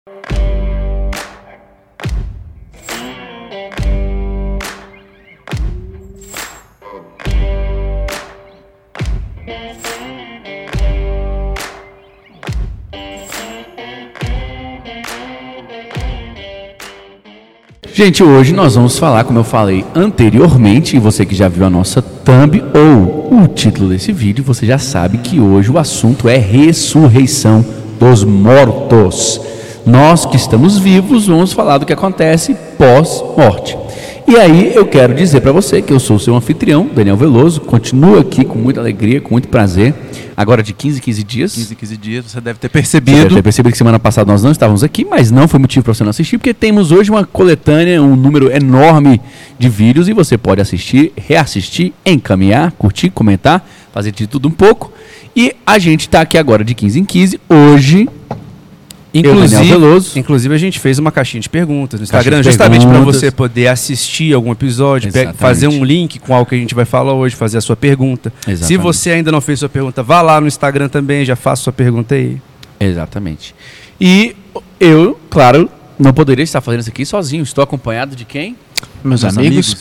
Gente, hoje nós vamos falar, como eu falei anteriormente, e você que já viu a nossa thumb ou o título desse vídeo, você já sabe que hoje o assunto é ressurreição dos mortos. Nós que estamos vivos vamos falar do que acontece pós-morte. E aí eu quero dizer para você que eu sou o seu anfitrião, Daniel Veloso, continuo aqui com muita alegria, com muito prazer, agora de 15 dias. 15 dias, você deve ter percebido. Você deve ter percebido que semana passada nós não estávamos aqui, mas não foi motivo para você não assistir, porque temos hoje uma coletânea, um número enorme de vídeos e você pode assistir, reassistir, encaminhar, curtir, comentar, fazer de tudo um pouco. E a gente está aqui agora de 15 em 15, hoje... Inclusive a gente fez uma caixinha de perguntas no Instagram, justamente para você poder assistir algum episódio, fazer um link com algo que a gente vai falar hoje, fazer a sua pergunta. Exatamente. Se você ainda não fez sua pergunta, vá lá no Instagram também, já faça sua pergunta aí. Exatamente. E eu, claro, não poderia estar fazendo isso aqui sozinho. Estou acompanhado de quem? Meus amigos,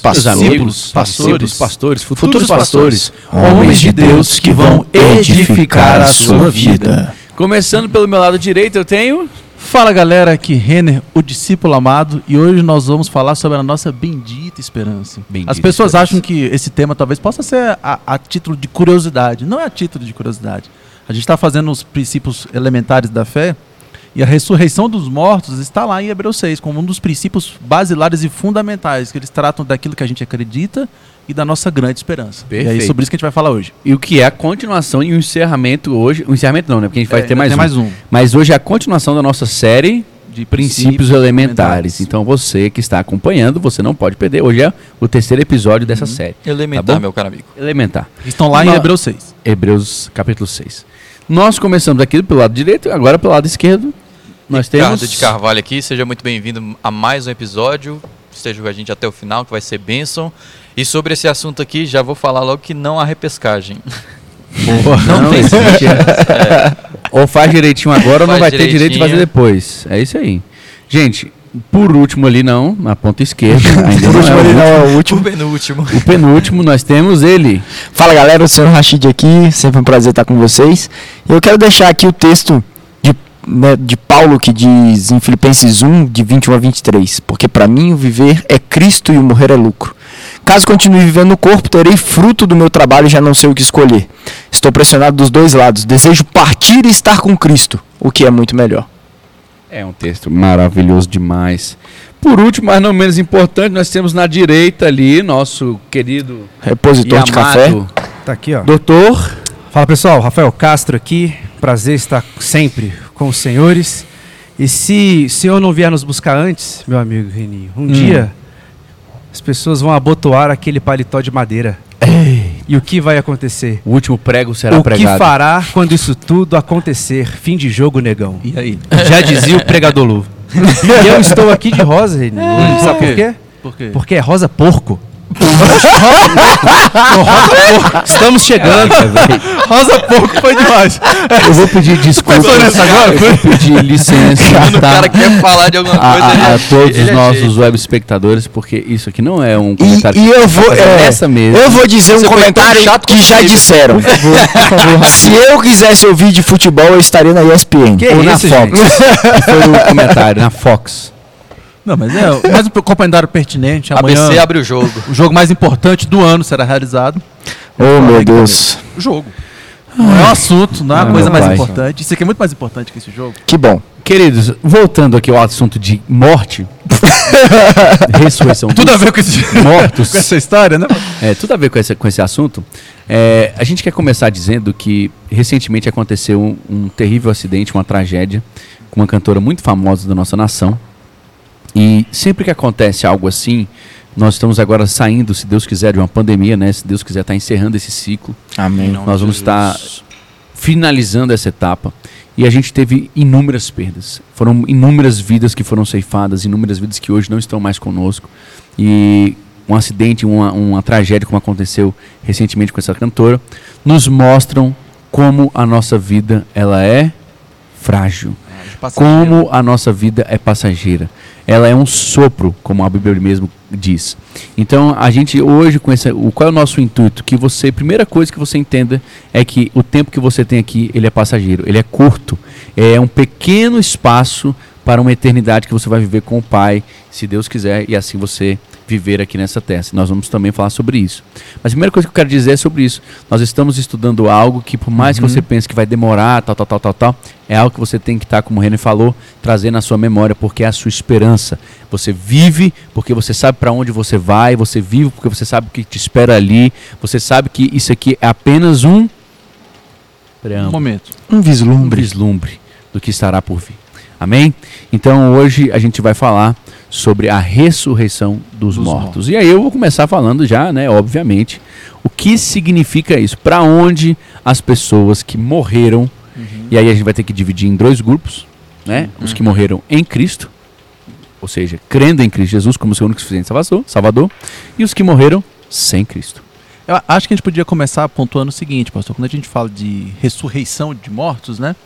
pastores, futuros pastores, homens de Deus que vão edificar a sua vida. Começando pelo meu lado direito, eu tenho... Fala galera, aqui Renner, o discípulo amado, e hoje nós vamos falar sobre a nossa bendita esperança. As pessoas acham que esse tema talvez possa ser a título de curiosidade. Não é a título de curiosidade. A gente está fazendo os princípios elementares da fé, e a ressurreição dos mortos está lá em Hebreus 6, como um dos princípios basilares e fundamentais, que eles tratam daquilo que a gente acredita e da nossa grande esperança. Perfeito. E é sobre isso que a gente vai falar hoje. E o que é a continuação e o encerramento hoje... O encerramento não, né? Porque a gente vai ter mais um. Mas hoje é a continuação da nossa série de princípios elementares. Então você que está acompanhando, você não pode perder. Hoje é o terceiro episódio dessa série. Elementar, tá, meu caro amigo. Elementar. Estão lá em Hebreus 6. Hebreus capítulo 6. Nós começamos aqui pelo lado direito, agora pelo lado esquerdo. Nós Ricardo temos... de Carvalho aqui, seja muito bem-vindo a mais um episódio. Esteja com a gente até o final, que vai ser bênção. E sobre esse assunto aqui, já vou falar logo que não há repescagem. Não tem Ou faz direitinho agora ou não vai ter direito de fazer depois. É isso aí. Gente, por último ali não, na ponta esquerda. Por último ali não, é o último. O penúltimo, nós temos ele. Fala galera, eu sou o Rashid aqui, sempre um prazer estar com vocês. Eu quero deixar aqui o texto de Paulo que diz em Filipenses 1, de 21 a 23. Porque para mim o viver é Cristo e o morrer é lucro. Caso continue vivendo no corpo, terei fruto do meu trabalho e já não sei o que escolher. Estou pressionado dos dois lados. Desejo partir e estar com Cristo, o que é muito melhor. É um texto maravilhoso demais. Por último, mas não menos importante, nós temos na direita ali nosso querido repositor de café. Tá aqui, ó. Doutor. Fala pessoal, Rafael Castro aqui. Prazer estar sempre com os senhores. E se o senhor não vier nos buscar antes, meu amigo Reninho, um dia as pessoas vão abotoar aquele paletó de madeira. Ei. E o que vai acontecer? O último prego será pregado. O que fará quando isso tudo acontecer? Fim de jogo, negão. E aí? Já dizia o pregador Lu. E eu estou aqui de rosa, Reninho. Sabe por quê? Por quê? Porque é rosa porco. Estamos chegando. Rosa porco foi demais. Eu vou pedir desculpa. Agora? Eu vou pedir licença. Quando o cara quer falar de alguma coisa a todos os nossos web espectadores, porque isso aqui não é um comentário. E eu vou essa mesmo. Eu vou dizer um comentário que já disseram. Por favor. Se eu quisesse ouvir de futebol, eu estaria na ESPN ou na Fox. Foi o comentário na Fox. Não, mas mais um comentário pertinente. Amanhã, ABC abre o jogo. O jogo mais importante do ano será realizado. Oh, meu Deus. O jogo. Não é um assunto, não é uma coisa mais importante. Isso aqui é muito mais importante que esse jogo. Que bom. Queridos, voltando aqui ao assunto de morte, ressurreição. Tudo a ver com esse mortos. Com essa história, né? Tudo a ver com esse assunto. A gente quer começar dizendo que recentemente aconteceu um terrível acidente, uma tragédia, com uma cantora muito famosa da nossa nação. E sempre que acontece algo assim, nós estamos agora saindo, se Deus quiser, de uma pandemia, né? Se Deus quiser, estar encerrando esse ciclo. Amém. Nós vamos estar finalizando essa etapa. E a gente teve inúmeras perdas. Foram inúmeras vidas que foram ceifadas, inúmeras vidas que hoje não estão mais conosco. E um acidente, uma tragédia como aconteceu recentemente com essa cantora, nos mostram como a nossa vida ela é frágil. como a nossa vida é passageira. Ela é um sopro, como a Bíblia mesmo diz. Então, a gente hoje, qual é o nosso intuito? Que você, primeira coisa que você entenda é que o tempo que você tem aqui, ele é passageiro, ele é curto. É um pequeno espaço para uma eternidade que você vai viver com o Pai, se Deus quiser, e assim você viver aqui nessa terra. Nós vamos também falar sobre isso. Mas a primeira coisa que eu quero dizer é sobre isso. Nós estamos estudando algo que, por mais que você pense que vai demorar, tal, é algo que você tem que estar, como o René falou, trazer na sua memória, porque é a sua esperança. Você vive porque você sabe para onde você vai, você vive porque você sabe o que te espera ali, você sabe que isso aqui é apenas um momento. Um vislumbre do que estará por vir. Amém? Então hoje a gente vai falar sobre a ressurreição dos mortos. E aí eu vou começar falando já, né, obviamente, o que significa isso, para onde as pessoas que morreram, e aí a gente vai ter que dividir em dois grupos, né, os que morreram em Cristo, ou seja, crendo em Cristo Jesus como seu único e suficiente Salvador, e os que morreram sem Cristo. Eu acho que a gente podia começar pontuando o seguinte, pastor, quando a gente fala de ressurreição de mortos, né,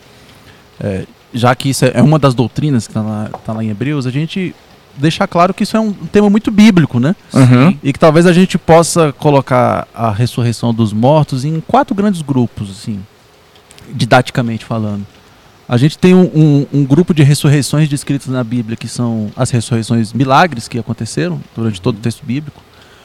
já que isso é uma das doutrinas que está lá em Hebreus, a gente deixar claro que isso é um tema muito bíblico, né? E que talvez a gente possa colocar a ressurreição dos mortos em 4 grandes grupos, assim, didaticamente falando. A gente tem um grupo de ressurreições descritas na Bíblia, que são as ressurreições milagres que aconteceram durante todo o texto bíblico.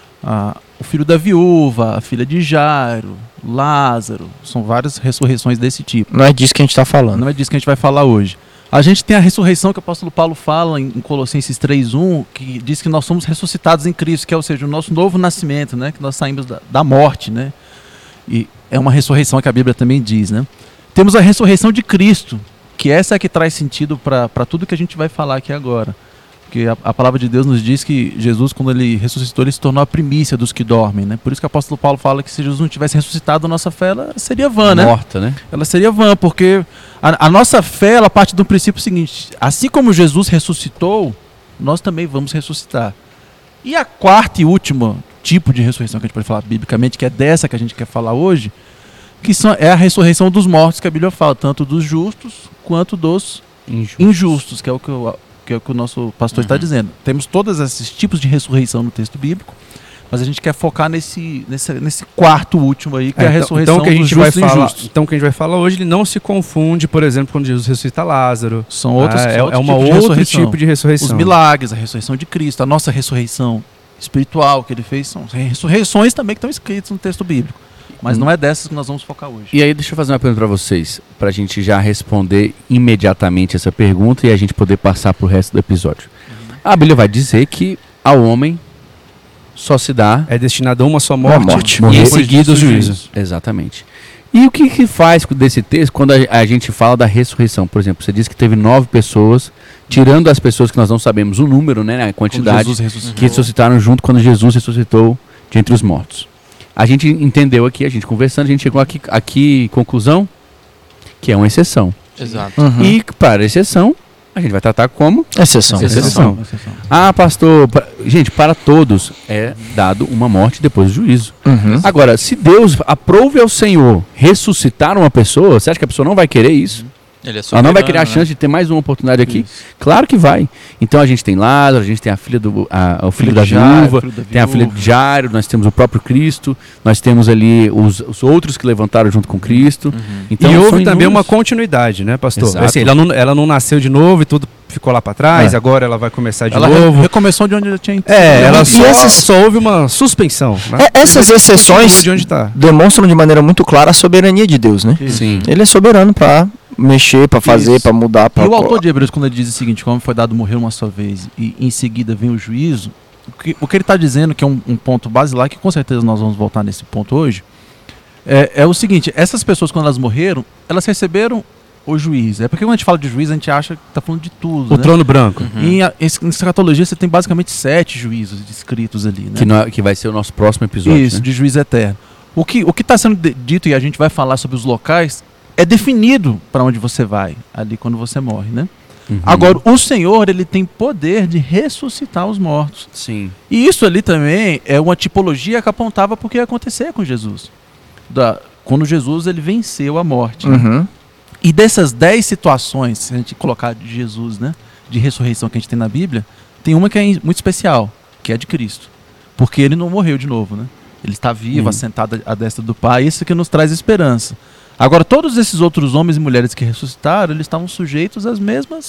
O filho da viúva, a filha de Jairo, Lázaro, são várias ressurreições desse tipo. Não é disso que a gente está falando. Não é disso que a gente vai falar hoje. A gente tem a ressurreição que o apóstolo Paulo fala em Colossenses 3:1, que diz que nós somos ressuscitados em Cristo, que é, ou seja, o nosso novo nascimento, né? Que nós saímos da morte, né? E é uma ressurreição que a Bíblia também diz, né? Temos a ressurreição de Cristo, que essa é que traz sentido para tudo que a gente vai falar aqui agora. Porque a palavra de Deus nos diz que Jesus, quando ele ressuscitou, ele se tornou a primícia dos que dormem, né? Por isso que o apóstolo Paulo fala que se Jesus não tivesse ressuscitado, a nossa fé ela seria vã, né? Morta, né? Ela seria vã, porque a nossa fé, ela parte do princípio seguinte: assim como Jesus ressuscitou, nós também vamos ressuscitar. E a quarta e última tipo de ressurreição que a gente pode falar biblicamente, que é dessa que a gente quer falar hoje, é a ressurreição dos mortos, que a Bíblia fala, tanto dos justos quanto dos injustos, que é o que o nosso pastor está dizendo. Temos todos esses tipos de ressurreição no texto bíblico, mas a gente quer focar nesse quarto último aí, que é a ressurreição dos justos e injustos. Então o que a gente vai falar hoje, ele não se confunde, por exemplo, quando Jesus ressuscita Lázaro. São outros outro tipo de ressurreição. Os milagres, a ressurreição de Cristo, a nossa ressurreição espiritual que ele fez, são ressurreições também que estão escritas no texto bíblico. Mas não é dessas que nós vamos focar hoje. E aí deixa eu fazer uma pergunta para vocês, para a gente já responder imediatamente essa pergunta e a gente poder passar para o resto do episódio. A Bíblia vai dizer que ao homem só se dá... É destinado a uma só morte. E em seguida os juízos. Exatamente. E o que faz desse texto quando a gente fala da ressurreição? Por exemplo, você diz que teve 9 pessoas, tirando as pessoas que nós não sabemos o número, né, a quantidade, que ressuscitaram junto quando Jesus ressuscitou de entre os mortos. A gente entendeu aqui, a gente conversando, a gente chegou aqui conclusão que é uma exceção. Exato. E para exceção, a gente vai tratar como exceção. Ah, pastor, gente, para todos é dado uma morte depois do juízo. Agora, se Deus aprove ao Senhor ressuscitar uma pessoa, você acha que a pessoa não vai querer isso? Ela não vai querer a chance de ter mais uma oportunidade aqui? Isso. Claro que vai. Então a gente tem Lázaro, a gente tem a filha o filho da viúva, tem a filha de Jairo, nós temos o próprio Cristo, nós temos ali os outros que levantaram junto com Cristo. Então, e houve também uma continuidade, né, pastor? Assim, ela não nasceu de novo e tudo ficou lá para trás, agora ela vai começar de novo. Ela recomeçou de onde ela tinha ido. Ela só houve uma suspensão. Né? Essas exceções demonstram de maneira muito clara a soberania de Deus, né? Sim. Ele é soberano para mexer, para fazer, para mudar. E o autor de Hebreus, quando ele diz o seguinte: como foi dado morrer uma só vez e em seguida vem o juízo, o que ele está dizendo, que é um ponto basilar, que com certeza nós vamos voltar nesse ponto hoje, é o seguinte: essas pessoas, quando elas morreram, elas receberam o juiz. É porque quando a gente fala de juiz, a gente acha que está falando de tudo. O trono branco. E em escatologia você tem basicamente 7 juízos descritos ali, né? Que vai ser o nosso próximo episódio. Isso, né? De juiz eterno. O que está sendo dito, e a gente vai falar sobre os locais, é definido para onde você vai ali quando você morre, né? Agora, o Senhor, ele tem poder de ressuscitar os mortos. Sim. E isso ali também é uma tipologia que apontava para o que ia acontecer com Jesus. Quando Jesus ele venceu a morte. Né? E dessas 10 situações, se a gente colocar de Jesus, né, de ressurreição que a gente tem na Bíblia, tem uma que é muito especial, que é de Cristo. Porque ele não morreu de novo, né? Ele está vivo, assentado à destra do Pai, isso que nos traz esperança. Agora, todos esses outros homens e mulheres que ressuscitaram, eles estavam sujeitos às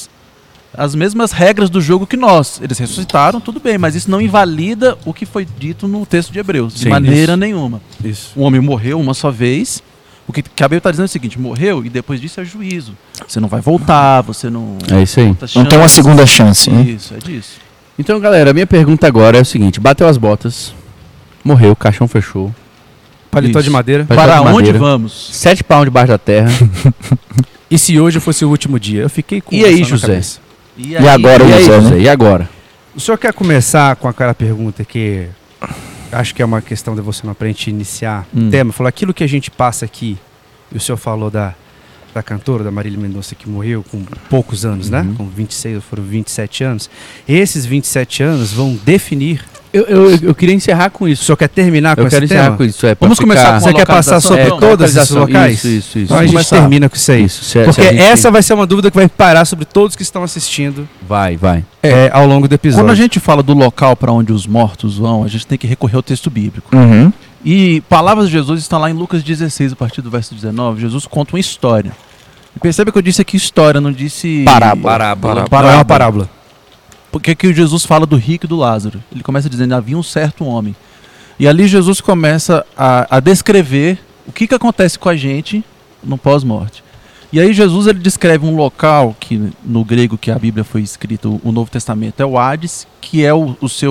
mesmas regras do jogo que nós. Eles ressuscitaram, tudo bem, mas isso não invalida o que foi dito no texto de Hebreus, de maneira nenhuma. Isso. O homem morreu uma só vez. O que a Bíblia está dizendo é o seguinte: morreu e depois disso é juízo. Você não vai voltar, você não... É isso aí. Não tem uma segunda chance, né? Isso, é disso. Então, galera, a minha pergunta agora é o seguinte: bateu as botas, morreu, caixão fechou. Paletó Isso. de madeira. Paletó Para de onde madeira. vamos? 7 pau debaixo da terra. E se hoje fosse o último dia? Eu fiquei com E aí, essa na José? cabeça. E agora, E aí, José, né? José, e agora? O senhor quer começar com aquela pergunta que acho que é uma questão devocional para a gente iniciar o tema? Falou aquilo que a gente passa aqui, e o senhor falou da cantora, da Marília Mendonça, que morreu com poucos anos, né? Com 26, foram 27 anos. Esses 27 anos vão definir... Eu queria encerrar com O isso. senhor quer terminar com Eu esse quero tema? encerrar com isso. Vamos começar com Você quer passar sobre todos esses locais? Isso. Então a gente começar. termina com isso aí. Porque a gente- essa vai ser uma dúvida que vai parar sobre todos que estão assistindo Vai. ao longo do episódio. Quando a gente fala do local para onde os mortos vão, a gente tem que recorrer ao texto bíblico. Uhum. E palavras de Jesus estão lá em Lucas 16, a partir do verso 19. Jesus conta uma história. E perceba que eu disse aqui história, não disse... Parábola. Não é uma parábola. Porque aqui Jesus fala do rico e do Lázaro. Ele começa dizendo: havia um certo homem. E ali Jesus começa a descrever o que acontece com a gente no pós-morte. E aí Jesus ele descreve um local que no grego que a Bíblia foi escrito, o Novo Testamento, é o Hades, que é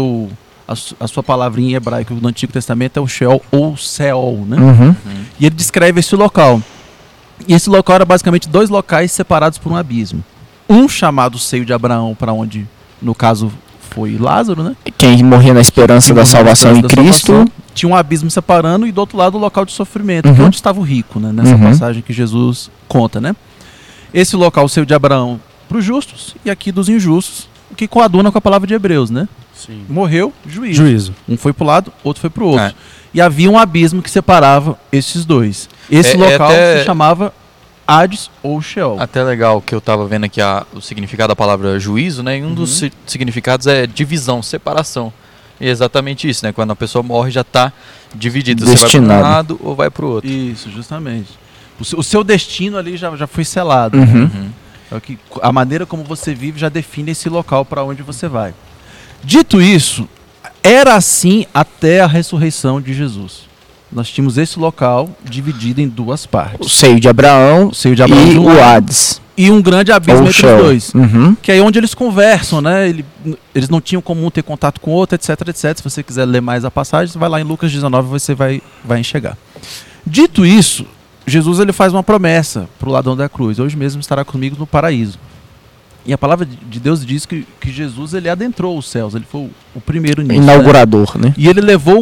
a sua palavrinha em hebraico no Antigo Testamento é o Sheol ou Seol, né? Uhum. E ele descreve esse local. E esse local era basicamente 2 locais separados por um abismo. Um chamado Seio de Abraão, para onde, no caso, foi Lázaro, né? Quem morria na esperança da salvação em Da Cristo. salvação. Tinha um abismo separando e do outro lado o local de sofrimento, que é Uhum. onde estava o rico, né? Nessa passagem que Jesus conta, né? Esse local, o Seio de Abraão, para os justos, e aqui dos injustos, o que coaduna com a palavra de Hebreus, né? Sim. Morreu, juízo. Juízo. Um foi para o lado, outro foi para o outro. É. E havia um abismo que separava esses dois. Esse local até- se chamava Hades ou Sheol. Até legal que eu tava vendo aqui o significado da palavra juízo, né? E um dos significados é divisão, separação. E é exatamente isso, né? Quando a pessoa morre já tá dividida. Você vai Destinado. para um lado ou vai para o outro. Isso, justamente. O seu destino ali já foi selado. Uhum. É o que, a maneira como você vive já define esse local para onde você vai. Dito isso, era assim até a ressurreição de Jesus. Nós tínhamos esse local dividido em 2 O partes. seio de Abraão, O Seio de Abraão e de um o lado, Hades. e um grande abismo Ou entre Sheol. os dois. Uhum. Que é onde eles conversam, né? Eles não tinham como um ter contato com o outro, etc, etc. Se você quiser ler mais a passagem, você vai lá em Lucas 19 e você vai enxergar. Dito isso, Jesus ele faz uma promessa para o ladrão da cruz: hoje mesmo estará comigo no paraíso. E a palavra de Deus diz que Jesus ele adentrou os céus, ele foi o primeiro nisso. Né? Inaugurador, né? E ele levou o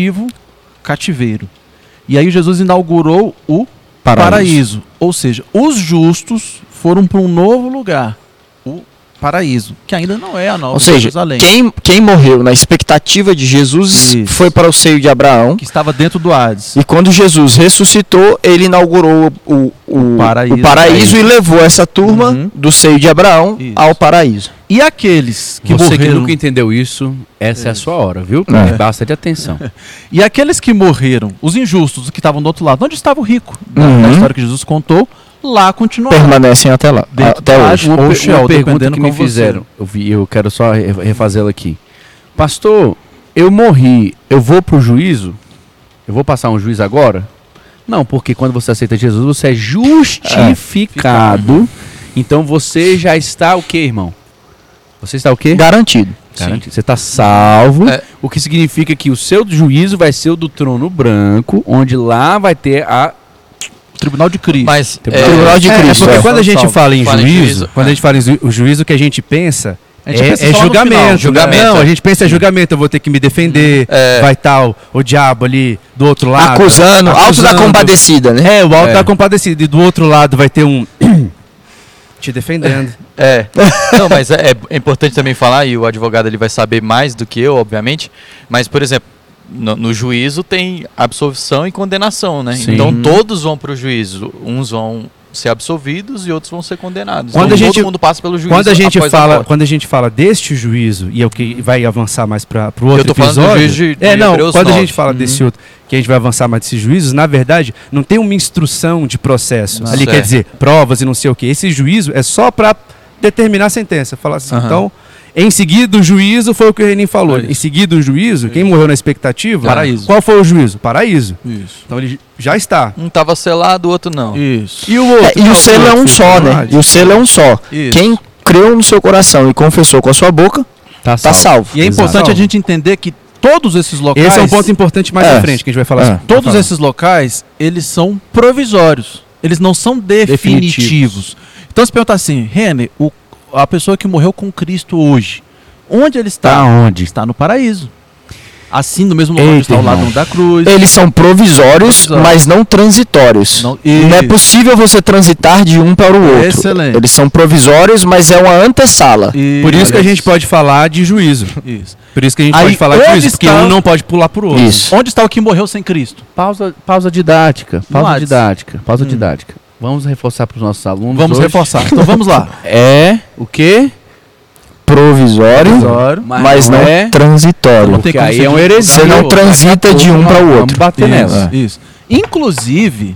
cativeiro. E aí Jesus inaugurou o paraíso. Ou seja, os justos foram para um novo lugar, o paraíso, que ainda não é a nova Ou seja, Jerusalém, quem morreu na expectativa de Jesus Isso. foi para o seio de Abraão. que estava dentro do Hades. E quando Jesus ressuscitou, ele inaugurou o paraíso e levou essa turma Uhum. do seio de Abraão Isso. ao paraíso. E aqueles que Você que morreram, nunca entendeu isso, essa é a sua hora, viu? É. Basta de atenção. e aqueles que morreram, os injustos, os que estavam do outro lado, onde estava o rico? Uhum. Na história que Jesus contou, lá continuaram. Permanecem até lá, Dentro até do hoje. Hades. Ou Uma Sheol, pergunta dependendo que me como você. fizeram, eu quero só refazê-la aqui. Pastor, eu morri, eu vou pro juízo? Eu vou passar um juízo agora? Não, porque quando você aceita Jesus, você é justificado. Então você já está o quê, irmão? Você está o quê? Garantido. Garantido. Você está salvo, É. o que significa que o seu juízo vai ser o do trono branco, onde lá vai ter O Tribunal de Cristo. Mas Tribunal de Cristo. Porque é. quando a gente fala em Fala em juízo, juízo, quando é. a gente fala em o juízo, o que a gente pensa A gente pensa é só no julgamento. final. Julgamento, Não, é. a gente pensa em julgamento. Eu vou ter que me defender. Vai tal o diabo ali do outro lado. Acusando, alto da compadecida, né? É, o alto É. da compadecida. E do outro lado vai ter um te defendendo. Não, mas é importante também falar, e o advogado ele vai saber mais do que eu, obviamente, mas, por exemplo, no juízo tem absolvição e condenação, né? Sim. Então todos vão para o juízo, uns vão ser absolvidos e outros vão ser condenados. Quando então, a gente, todo mundo passa pelo juízo. Quando a gente fala deste juízo, e é o que vai avançar mais para o outro eu tô episódio. Falando do juízo de quando 9. a gente fala desse outro, que a gente vai avançar mais desses juízos, na verdade, não tem uma instrução de processo. Ali quer dizer, provas e não sei o quê. Esse juízo é só para determinar a sentença. Falar assim, então, em seguida o juízo foi o que o Renin falou. Em seguida o juízo, quem morreu na expectativa, paraíso. Qual foi o juízo? Paraíso. Isso. Então ele já está. Um estava selado, o outro não. Isso. E o outro? E o selo é um só, né? E o selo é um só. Isso. Quem creu no seu coração e confessou com a sua boca, tá salvo. E é importante a gente entender que todos esses locais... Esse é um ponto importante mais à frente, que a gente vai falar. Todos esses locais, eles são provisórios. Eles não são definitivos. Então, se perguntar assim, René, a pessoa que morreu com Cristo hoje, onde ele está? Onde? Está no paraíso. Assim, no mesmo lugar onde está o ladrão da cruz. Eles são provisórios, mas não transitórios. Não é possível você transitar de um para o outro. Excelente. Eles são provisórios, mas é uma antessala. Por isso que a gente pode falar de juízo. Isso. Por isso que a gente pode falar de juízo, porque um não pode pular para o outro. Isso. Onde está o que morreu sem Cristo? Pausa didática. Pausa didática. Vamos reforçar para os nossos alunos. Vamos reforçar. Então vamos lá. É o quê? Provisório, mas não é transitório. Porque aí é um heresia. Você não transita de um para o outro. Vamos bater nela. Isso. Inclusive,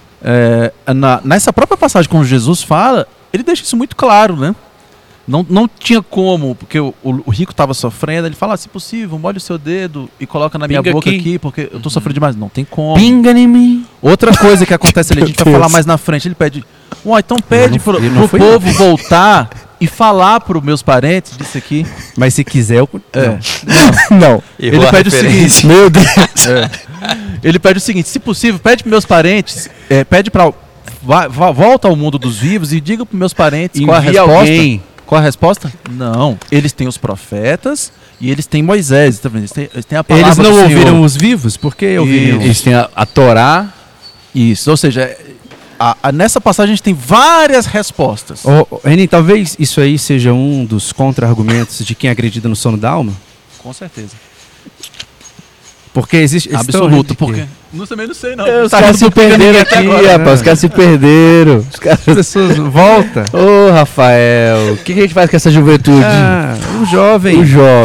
nessa própria passagem como Jesus fala, ele deixa isso muito claro, né? Não tinha como, porque o rico estava sofrendo, ele fala, se possível, molhe o seu dedo e coloca na minha boca aqui, porque eu estou sofrendo demais. Não tem como. Pinga em mim. Outra coisa que acontece ali, a gente vai falar mais na frente, ele pede, então pede pro povo voltar e falar para os meus parentes disso aqui. Mas se quiser, eu... Não. Ele pede o seguinte, meu Deus. Ele pede o seguinte, se possível, pede para meus parentes, pede para volta ao mundo dos vivos e diga para meus parentes qual a resposta. Alguém. Qual a resposta? Não. Eles têm os profetas e eles têm Moisés. Tá vendo? Eles têm a palavra Eles não do ouviram Senhor. os vivos? Por que ouviram? Eles têm a Torá. Isso. Ou seja, nessa passagem a gente tem várias respostas. Renin, talvez isso aí seja um dos contra-argumentos de quem acredita no sono da alma? Com certeza. Porque existe... Absoluto. Porque... Também não sei, não. Os caras se perderam aqui, rapaz. Os caras se perderam. As pessoas voltam. Ô, Rafael, o que a gente faz com essa juventude? O jovem.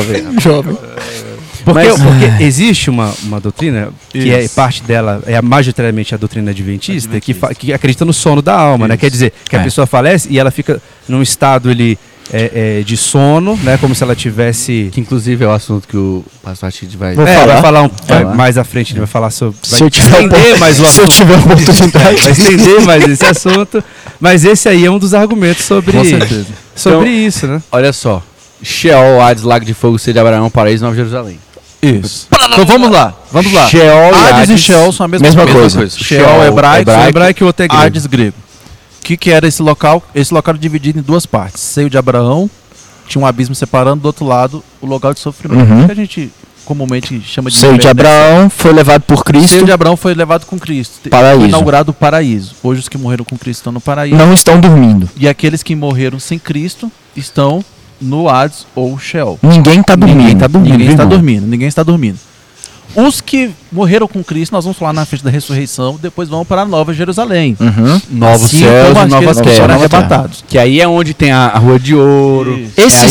Porque existe uma doutrina, que é parte dela, majoritariamente a doutrina adventista, que acredita no sono da alma, né? Quer dizer, que a pessoa falece e ela fica num estado ali de sono, né? Como se ela tivesse... Que inclusive é o assunto que o pastor Rashid vai... vai falar mais à frente, ele vai falar sobre... Se eu tiver oportunidade. Vai estender mais esse assunto. Mas esse aí é um dos argumentos sobre então, isso, né? Olha só. Sheol, Hades, Lago de Fogo, Sede de Abraão, Paraíso, Nova Jerusalém. Isso. Então vamos lá. Sheol Hades e Sheol são a mesma coisa. Sheol hebraico e outro é grego. Hades grego. O que era esse local? Esse local era dividido em duas partes. Seio de Abraão, tinha um abismo separando, do outro lado o local de sofrimento. Que a gente comumente chama de... Seio de Abraão foi levado por Cristo. Seio de Abraão foi levado com Cristo. Paraíso. Foi inaugurado o paraíso. Hoje os que morreram com Cristo estão no paraíso. Não estão dormindo. E aqueles que morreram sem Cristo estão no Hades ou Sheol. Ninguém está dormindo. Ninguém está dormindo. Os que morreram com Cristo, nós vamos falar na frente da ressurreição, depois vão para a Nova Jerusalém. Novos céus e novas terras. Arrebatados. Que aí é onde tem a Rua de Ouro. Esse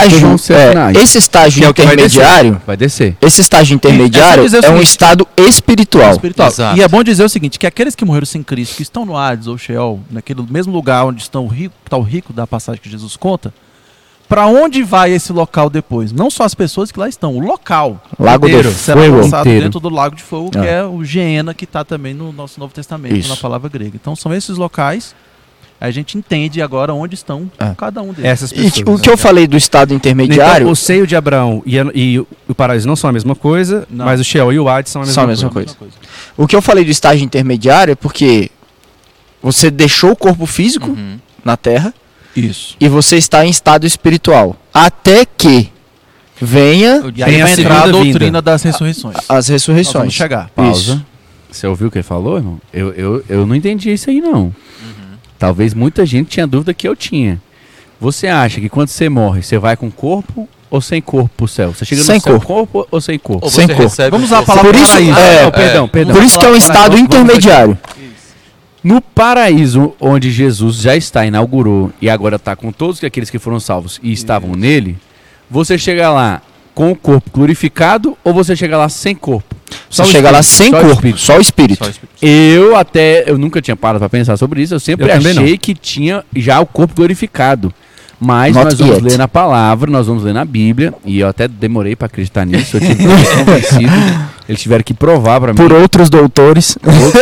estágio intermediário... Vai descer. Esse estágio intermediário é um estado espiritual. E é bom dizer o seguinte, que aqueles que morreram sem Cristo, que estão no Hades ou Sheol, naquele mesmo lugar onde está o rico da passagem que Jesus conta, para onde vai esse local depois? Não só as pessoas que lá estão, o local. Lago de será Fogo lançado dentro do Lago de Fogo, que é o Geena, que está também no nosso Novo Testamento, na palavra grega. Então são esses locais, a gente entende agora onde estão cada um deles. Essas pessoas. E o que eu falei do estado intermediário... Então, o seio de Abraão e o paraíso não são a mesma coisa, mas o Sheol e o Hades são a mesma coisa. O que eu falei do estágio intermediário é porque você deixou o corpo físico na Terra. Isso. E você está em estado espiritual. Até que venha... E aí vai entrar a doutrina das ressurreições. As ressurreições. Nós vamos chegar. Pausa. Isso. Você ouviu o que ele falou, irmão? Eu não entendi isso aí, não. Talvez muita gente tinha dúvida que eu tinha. Você acha que quando você morre, você vai com corpo ou sem corpo pro céu? Você chega no céu com corpo ou sem corpo? Sem corpo. Vamos usar a palavra por isso, perdão. Por isso que é um estado intermediário. No paraíso, onde Jesus já está, inaugurou, e agora está com todos aqueles que foram salvos e estavam nele, você chega lá com o corpo glorificado ou você chega lá sem corpo? Você chega lá sem corpo, só o espírito. Eu nunca tinha parado para pensar sobre isso, eu sempre achei que tinha já o corpo glorificado. Mas nós vamos ler na palavra, nós vamos ler na Bíblia, e eu até demorei para acreditar nisso, eu tive que ser convencido, eles tiveram que provar para mim. Por outros doutores.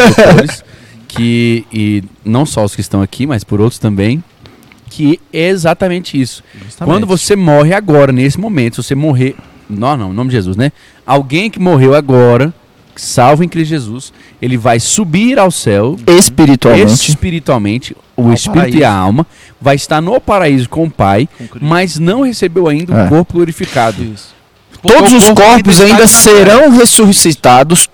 E não só os que estão aqui, mas por outros também, que é exatamente isso. Justamente. Quando você morre agora, nesse momento, se você morrer, não, em nome de Jesus, né? Alguém que morreu agora, salvo em Cristo Jesus, ele vai subir ao céu espiritualmente, o espírito paraíso. E a alma, vai estar no paraíso com o Pai, mas não recebeu ainda o corpo glorificado. Isso. Todos os corpos ainda serão ressuscitados,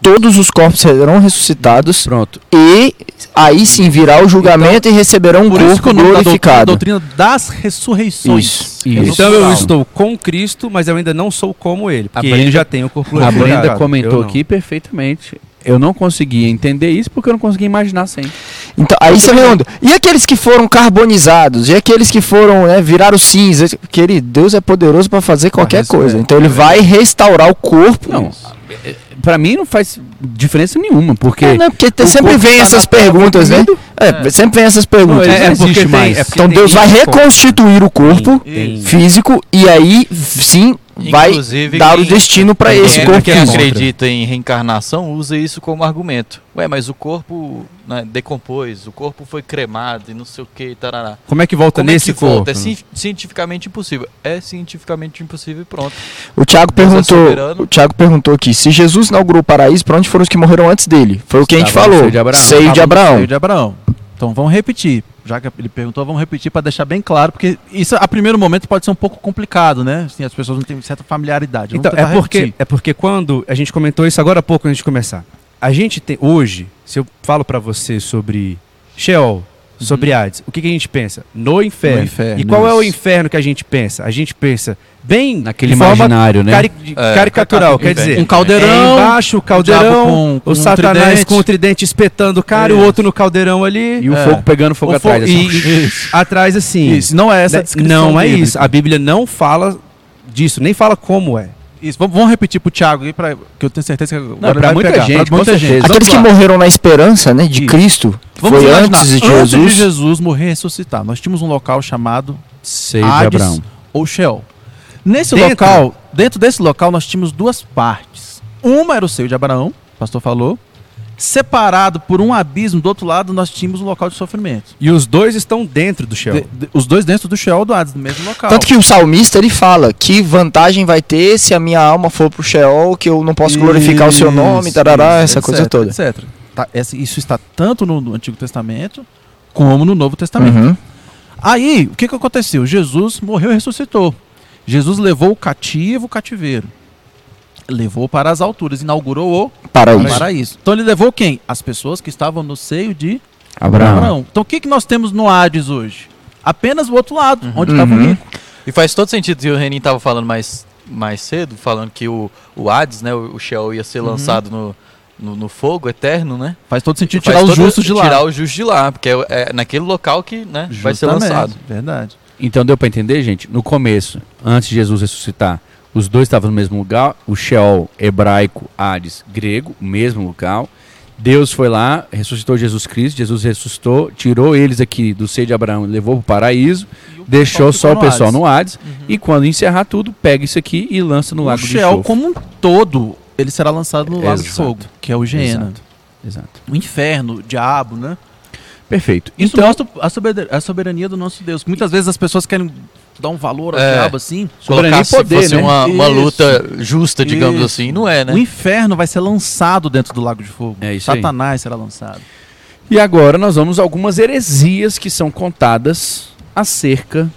Pronto. E aí sim virá o julgamento, então, e receberão um corpo glorificado. A doutrina das ressurreições. Isso. Então eu estou com Cristo, mas eu ainda não sou como ele, porque ele já tem o corpo glorificado. A Brenda comentou aqui perfeitamente. Eu não conseguia entender isso porque eu não conseguia imaginar sem. Então, aí você vê onde. E aqueles que foram carbonizados? E aqueles que foram, viraram cinza? Deus é poderoso para fazer qualquer coisa. Então ele vai restaurar o corpo. Não, para mim não faz diferença nenhuma, porque... porque sempre vem essas perguntas, né? Sempre vem essas perguntas. Não existe mais. Então Deus vai reconstituir o corpo físico e aí sim... vai dar o destino para esse corpo. Quem acredita em reencarnação usa isso como argumento. Mas o corpo decompôs, o corpo foi cremado e não sei o que, tarará. Como é que volta nesse corpo? É cientificamente impossível. É cientificamente impossível e pronto. O Tiago perguntou aqui, se Jesus inaugurou o paraíso, para onde foram os que morreram antes dele? Foi o que a gente falou. Seio de Abraão. Então vamos repetir. Já que ele perguntou, vamos repetir para deixar bem claro, porque isso a primeiro momento pode ser um pouco complicado, né? Assim, as pessoas não têm certa familiaridade. Então, é porque quando a gente comentou isso agora há pouco antes de começar. A gente tem hoje, se eu falo para você sobre Sheol, sobre Hades, o que a gente pensa? No inferno. E qual é o inferno que a gente pensa? A gente pensa bem naquele imaginário, né? Caricatural, quer dizer, um caldeirão, embaixo o caldeirão, o Satanás com o tridente espetando o cara, e o outro no caldeirão ali, e o fogo pegando fogo atrás, assim. Atrás assim. Isso não é essa descrição. Não é isso. A Bíblia não fala disso, nem fala como é. Isso, vamos repetir pro Thiago aí, que eu tenho certeza que agora para muita gente. Aqueles que morreram na esperança, né, de Cristo, foi antes de Jesus. Antes de Jesus morrer e ressuscitar, nós tínhamos um local chamado Seio de Abraão ou Sheol. Dentro desse local, nós tínhamos duas partes. Uma era o Seio de Abraão, o pastor falou. Separado por um abismo, do outro lado nós tínhamos um local de sofrimento. E os dois estão dentro do Sheol. Os dois dentro do Sheol do Hades, no mesmo local. Tanto que o salmista ele fala que vantagem vai ter se a minha alma for pro Sheol, que eu não posso glorificar o seu nome, tarará, essa coisa toda. Etc. Isso está tanto no Antigo Testamento como no Novo Testamento. Aí, o que aconteceu? Jesus morreu e ressuscitou. Jesus levou o cativeiro. Levou para as alturas, inaugurou o paraíso. Então ele levou quem? As pessoas que estavam no seio de Abraão. Então o que nós temos no Hades hoje? Apenas o outro lado, onde estava o rico. E faz todo sentido, que o Renin estava falando mais cedo, falando que o Hades, né, o Sheol ia ser lançado no fogo eterno, né? Faz todo sentido tirar os justos de lá. Tirar os justos de lá, porque é naquele local que vai ser lançado. Verdade. Então deu para entender, gente? No começo, antes de Jesus ressuscitar, os dois estavam no mesmo lugar, o Sheol hebraico, Hades grego, o mesmo local. Deus foi lá, ressuscitou Jesus Cristo, Jesus ressuscitou, tirou eles aqui do seio de Abraão e levou para o paraíso, deixou só o pessoal no Hades, e quando encerrar tudo, pega isso aqui e lança no lago de enxofre. O Sheol como um todo, ele será lançado no lago de fogo, que é o Geena. Exato. O inferno, o diabo, né? Perfeito. Isso mostra a soberania do nosso Deus. Muitas vezes as pessoas querem dar um valor ao diabo assim. Soberania e poder, se fosse uma luta justa, digamos assim, não é, né? O inferno vai ser lançado dentro do lago de fogo. Satanás será lançado. E agora nós vamos a algumas heresias que são contadas acerca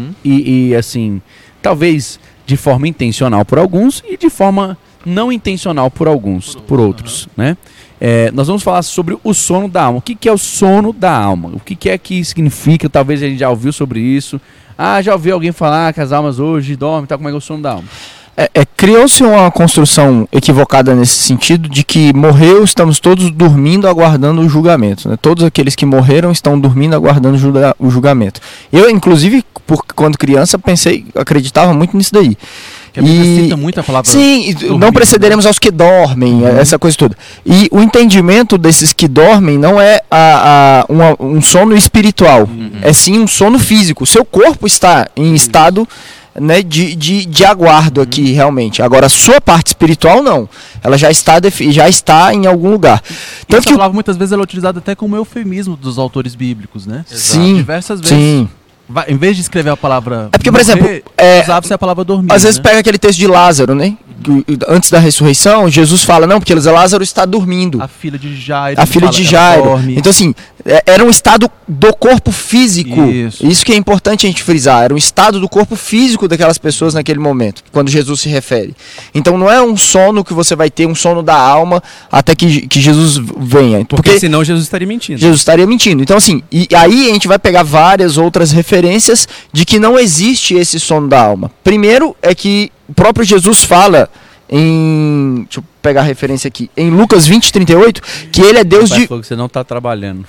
e assim, talvez de forma intencional por alguns e de forma não intencional por outros, né? Nós vamos falar sobre o sono da alma. O que é o sono da alma? O que é que significa? Talvez a gente já ouviu sobre isso. Já ouviu alguém falar que as almas hoje dormem, como é que é o sono da alma? Criou-se uma construção equivocada nesse sentido de que morreu, estamos todos dormindo aguardando o julgamento, né? Todos aqueles que morreram estão dormindo aguardando o julgamento. Eu, inclusive, quando criança, acreditava muito nisso daí. Que a Bíblia cita muito a palavra. Sim, dormir, não precederemos aos que dormem, essa coisa toda. E o entendimento desses que dormem não é um sono espiritual, é sim um sono físico. O seu corpo está em estado, né, de aguardo aqui, realmente. Agora, a sua parte espiritual, não. Ela já está em algum lugar. Tanto essa palavra, muitas vezes, ela é utilizada até como eufemismo dos autores bíblicos, né? Sim. Diversas vezes. Sim. Em vez de escrever a palavra... É porque, por exemplo... usava-se a palavra dormir. Às vezes pega aquele texto de Lázaro, né? Antes da ressurreição, Jesus fala, não, porque Lázaro está dormindo. A filha de Jairo. Então, assim, era um estado do corpo físico. Isso que é importante a gente frisar. Era um estado do corpo físico daquelas pessoas naquele momento, quando Jesus se refere. Então, não é um sono que você vai ter, um sono da alma, até que Jesus venha. Porque senão Jesus estaria mentindo. Jesus estaria mentindo. Então, assim, e aí a gente vai pegar várias outras referências de que não existe esse sono da alma. Primeiro é que o próprio Jesus fala deixa eu pegar a referência aqui, em Lucas 20:38, que ele é Deus de... Você não está trabalhando.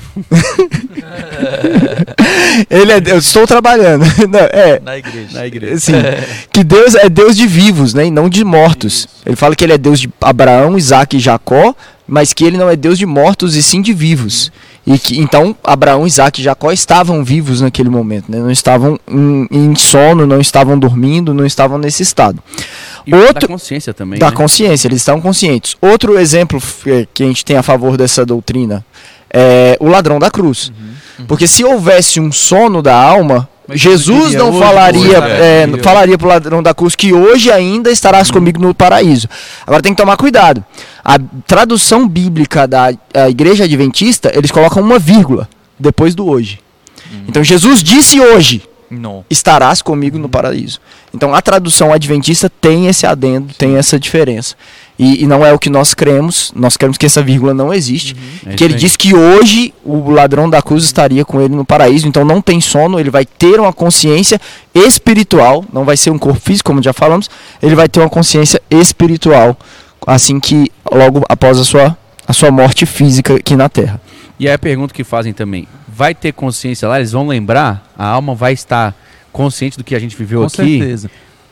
Eu estou trabalhando. Não, Na igreja. Sim, que Deus é Deus de vivos, né, e não de mortos. Isso. Ele fala que ele é Deus de Abraão, Isaac e Jacó, mas que ele não é Deus de mortos e sim de vivos. E que então Abraão, Isaac e Jacó estavam vivos naquele momento, né? Não estavam em sono, não estavam dormindo, não estavam nesse estado. E da consciência também. Da consciência, eles estavam conscientes. Outro exemplo que a gente tem a favor dessa doutrina é o ladrão da cruz. Porque se houvesse um sono da alma, mas Jesus não falaria para o ladrão da cruz que hoje ainda estarás comigo no paraíso. Agora tem que tomar cuidado. A tradução bíblica da Igreja Adventista, eles colocam uma vírgula depois do hoje. Então Jesus disse hoje, estarás comigo no paraíso. Então a tradução adventista tem esse adendo, tem essa diferença. E não é o que nós cremos que essa vírgula não existe. Que ele diz que hoje o ladrão da cruz estaria com ele no paraíso. Então não tem sono, ele vai ter uma consciência espiritual, não vai ser um corpo físico, como já falamos, ele vai ter uma consciência espiritual, assim que logo após a sua morte física aqui na Terra. E aí a pergunta que fazem também, vai ter consciência lá? Eles vão lembrar? A alma vai estar consciente do que a gente viveu aqui? Com certeza.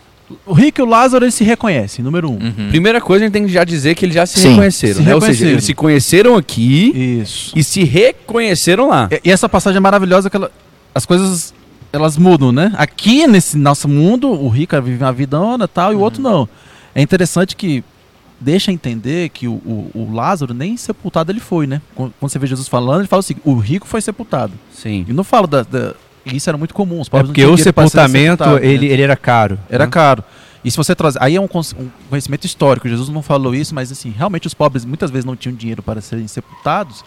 O rico e o Lázaro, eles se reconhecem, número 1. Primeira coisa, a gente tem que já dizer que eles já se reconheceram, né? Ou seja, eles se conheceram aqui e se reconheceram lá. E essa passagem é maravilhosa, que as coisas, elas mudam, né? Aqui, nesse nosso mundo, o rico vive uma vidona e tal, e o outro não. É interessante que deixa entender que o Lázaro nem sepultado ele foi, né? Quando você vê Jesus falando, ele fala assim, o rico foi sepultado. Sim. E não fala isso era muito comum. Os pobres porque o sepultamento, ele era caro. Era caro. E se você trazer... Aí é um conhecimento histórico. Jesus não falou isso, mas assim, realmente os pobres muitas vezes não tinham dinheiro para serem sepultados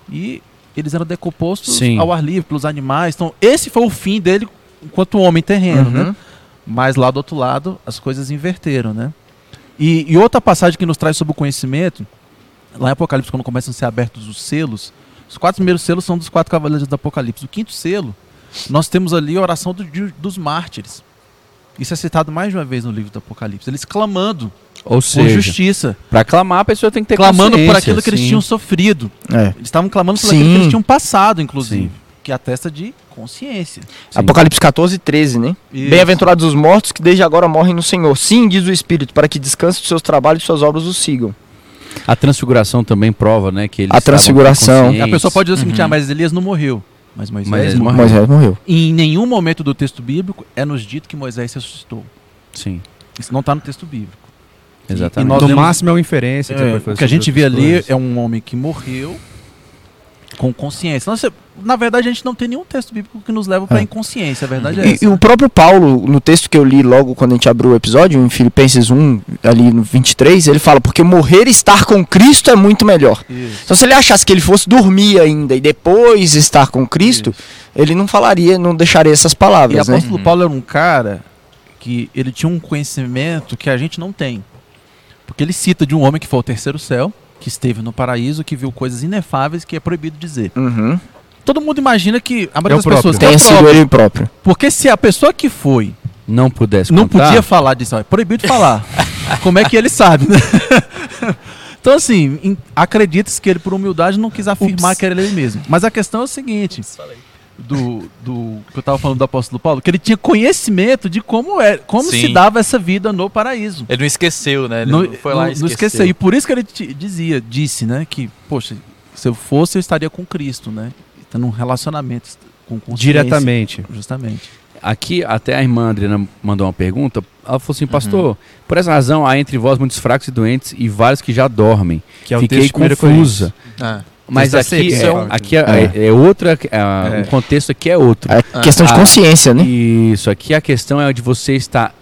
e eles eram decompostos ao ar livre pelos animais. Então, esse foi o fim dele enquanto homem terreno, né? Mas lá do outro lado, as coisas inverteram, né? E outra passagem que nos traz sobre o conhecimento, lá em Apocalipse, quando começam a ser abertos os selos, os 4 primeiros selos são dos 4 cavaleiros do Apocalipse. O 5º selo, nós temos ali a oração dos mártires. Isso é citado mais de uma vez no livro do Apocalipse. Eles clamando por justiça. Para clamar, a pessoa tem que ter clamando por aquilo que eles tinham sofrido. Eles estavam clamando por aquilo que eles tinham passado, inclusive. Que atesta de consciência. Apocalipse 14:13, né? Bem-aventurados os mortos que desde agora morrem no Senhor. Sim, diz o Espírito, para que descanse dos seus trabalhos e suas obras os sigam. A transfiguração também prova, né? Que eles a transfiguração. A pessoa pode dizer o seguinte, mas Elias não morreu. Mas Moisés morreu. E em nenhum momento do texto bíblico é nos dito que Moisés ressuscitou. Sim. Isso não está no texto bíblico. Exatamente. No máximo é uma inferência. O que a gente vê ali é um homem que morreu com consciência. Na verdade, a gente não tem nenhum texto bíblico que nos leva para a inconsciência. A verdade é essa. E o próprio Paulo, no texto que eu li logo quando a gente abriu o episódio, em Filipenses 1, ali no 23, ele fala, porque morrer e estar com Cristo é muito melhor. Isso. Então, se ele achasse que ele fosse dormir ainda e depois estar com Cristo, ele não falaria, não deixaria essas palavras. E o apóstolo Paulo era um cara que ele tinha um conhecimento que a gente não tem. Porque ele cita de um homem que foi ao terceiro céu, que esteve no paraíso, que viu coisas inefáveis que é proibido dizer. Todo mundo imagina que a maioria das pessoas tem sido ele próprio. Porque se a pessoa que foi não pudesse não contar... podia falar disso, é proibido de falar. Como é que ele sabe, né? Então, assim, acredita-se que ele, por humildade, não quis afirmar que era ele mesmo. Mas a questão é o seguinte, do que eu estava falando do apóstolo Paulo, que ele tinha conhecimento de como se dava essa vida no paraíso. Ele não esqueceu, né? Ele não foi lá e esqueceu. Não esqueceu. E por isso que ele disse, né, que, poxa, se eu fosse, eu estaria com Cristo, né? Tendo um relacionamento com consciência. Diretamente. Justamente. Aqui, até a irmã Adriana mandou uma pergunta. Ela falou assim, pastor, por essa razão há entre vós muitos fracos e doentes e vários que já dormem. Que é o Fiquei texto confusa. Mas Texto aqui é outra, o contexto aqui é outro. É questão de consciência, né? Isso, aqui a questão é de você estar...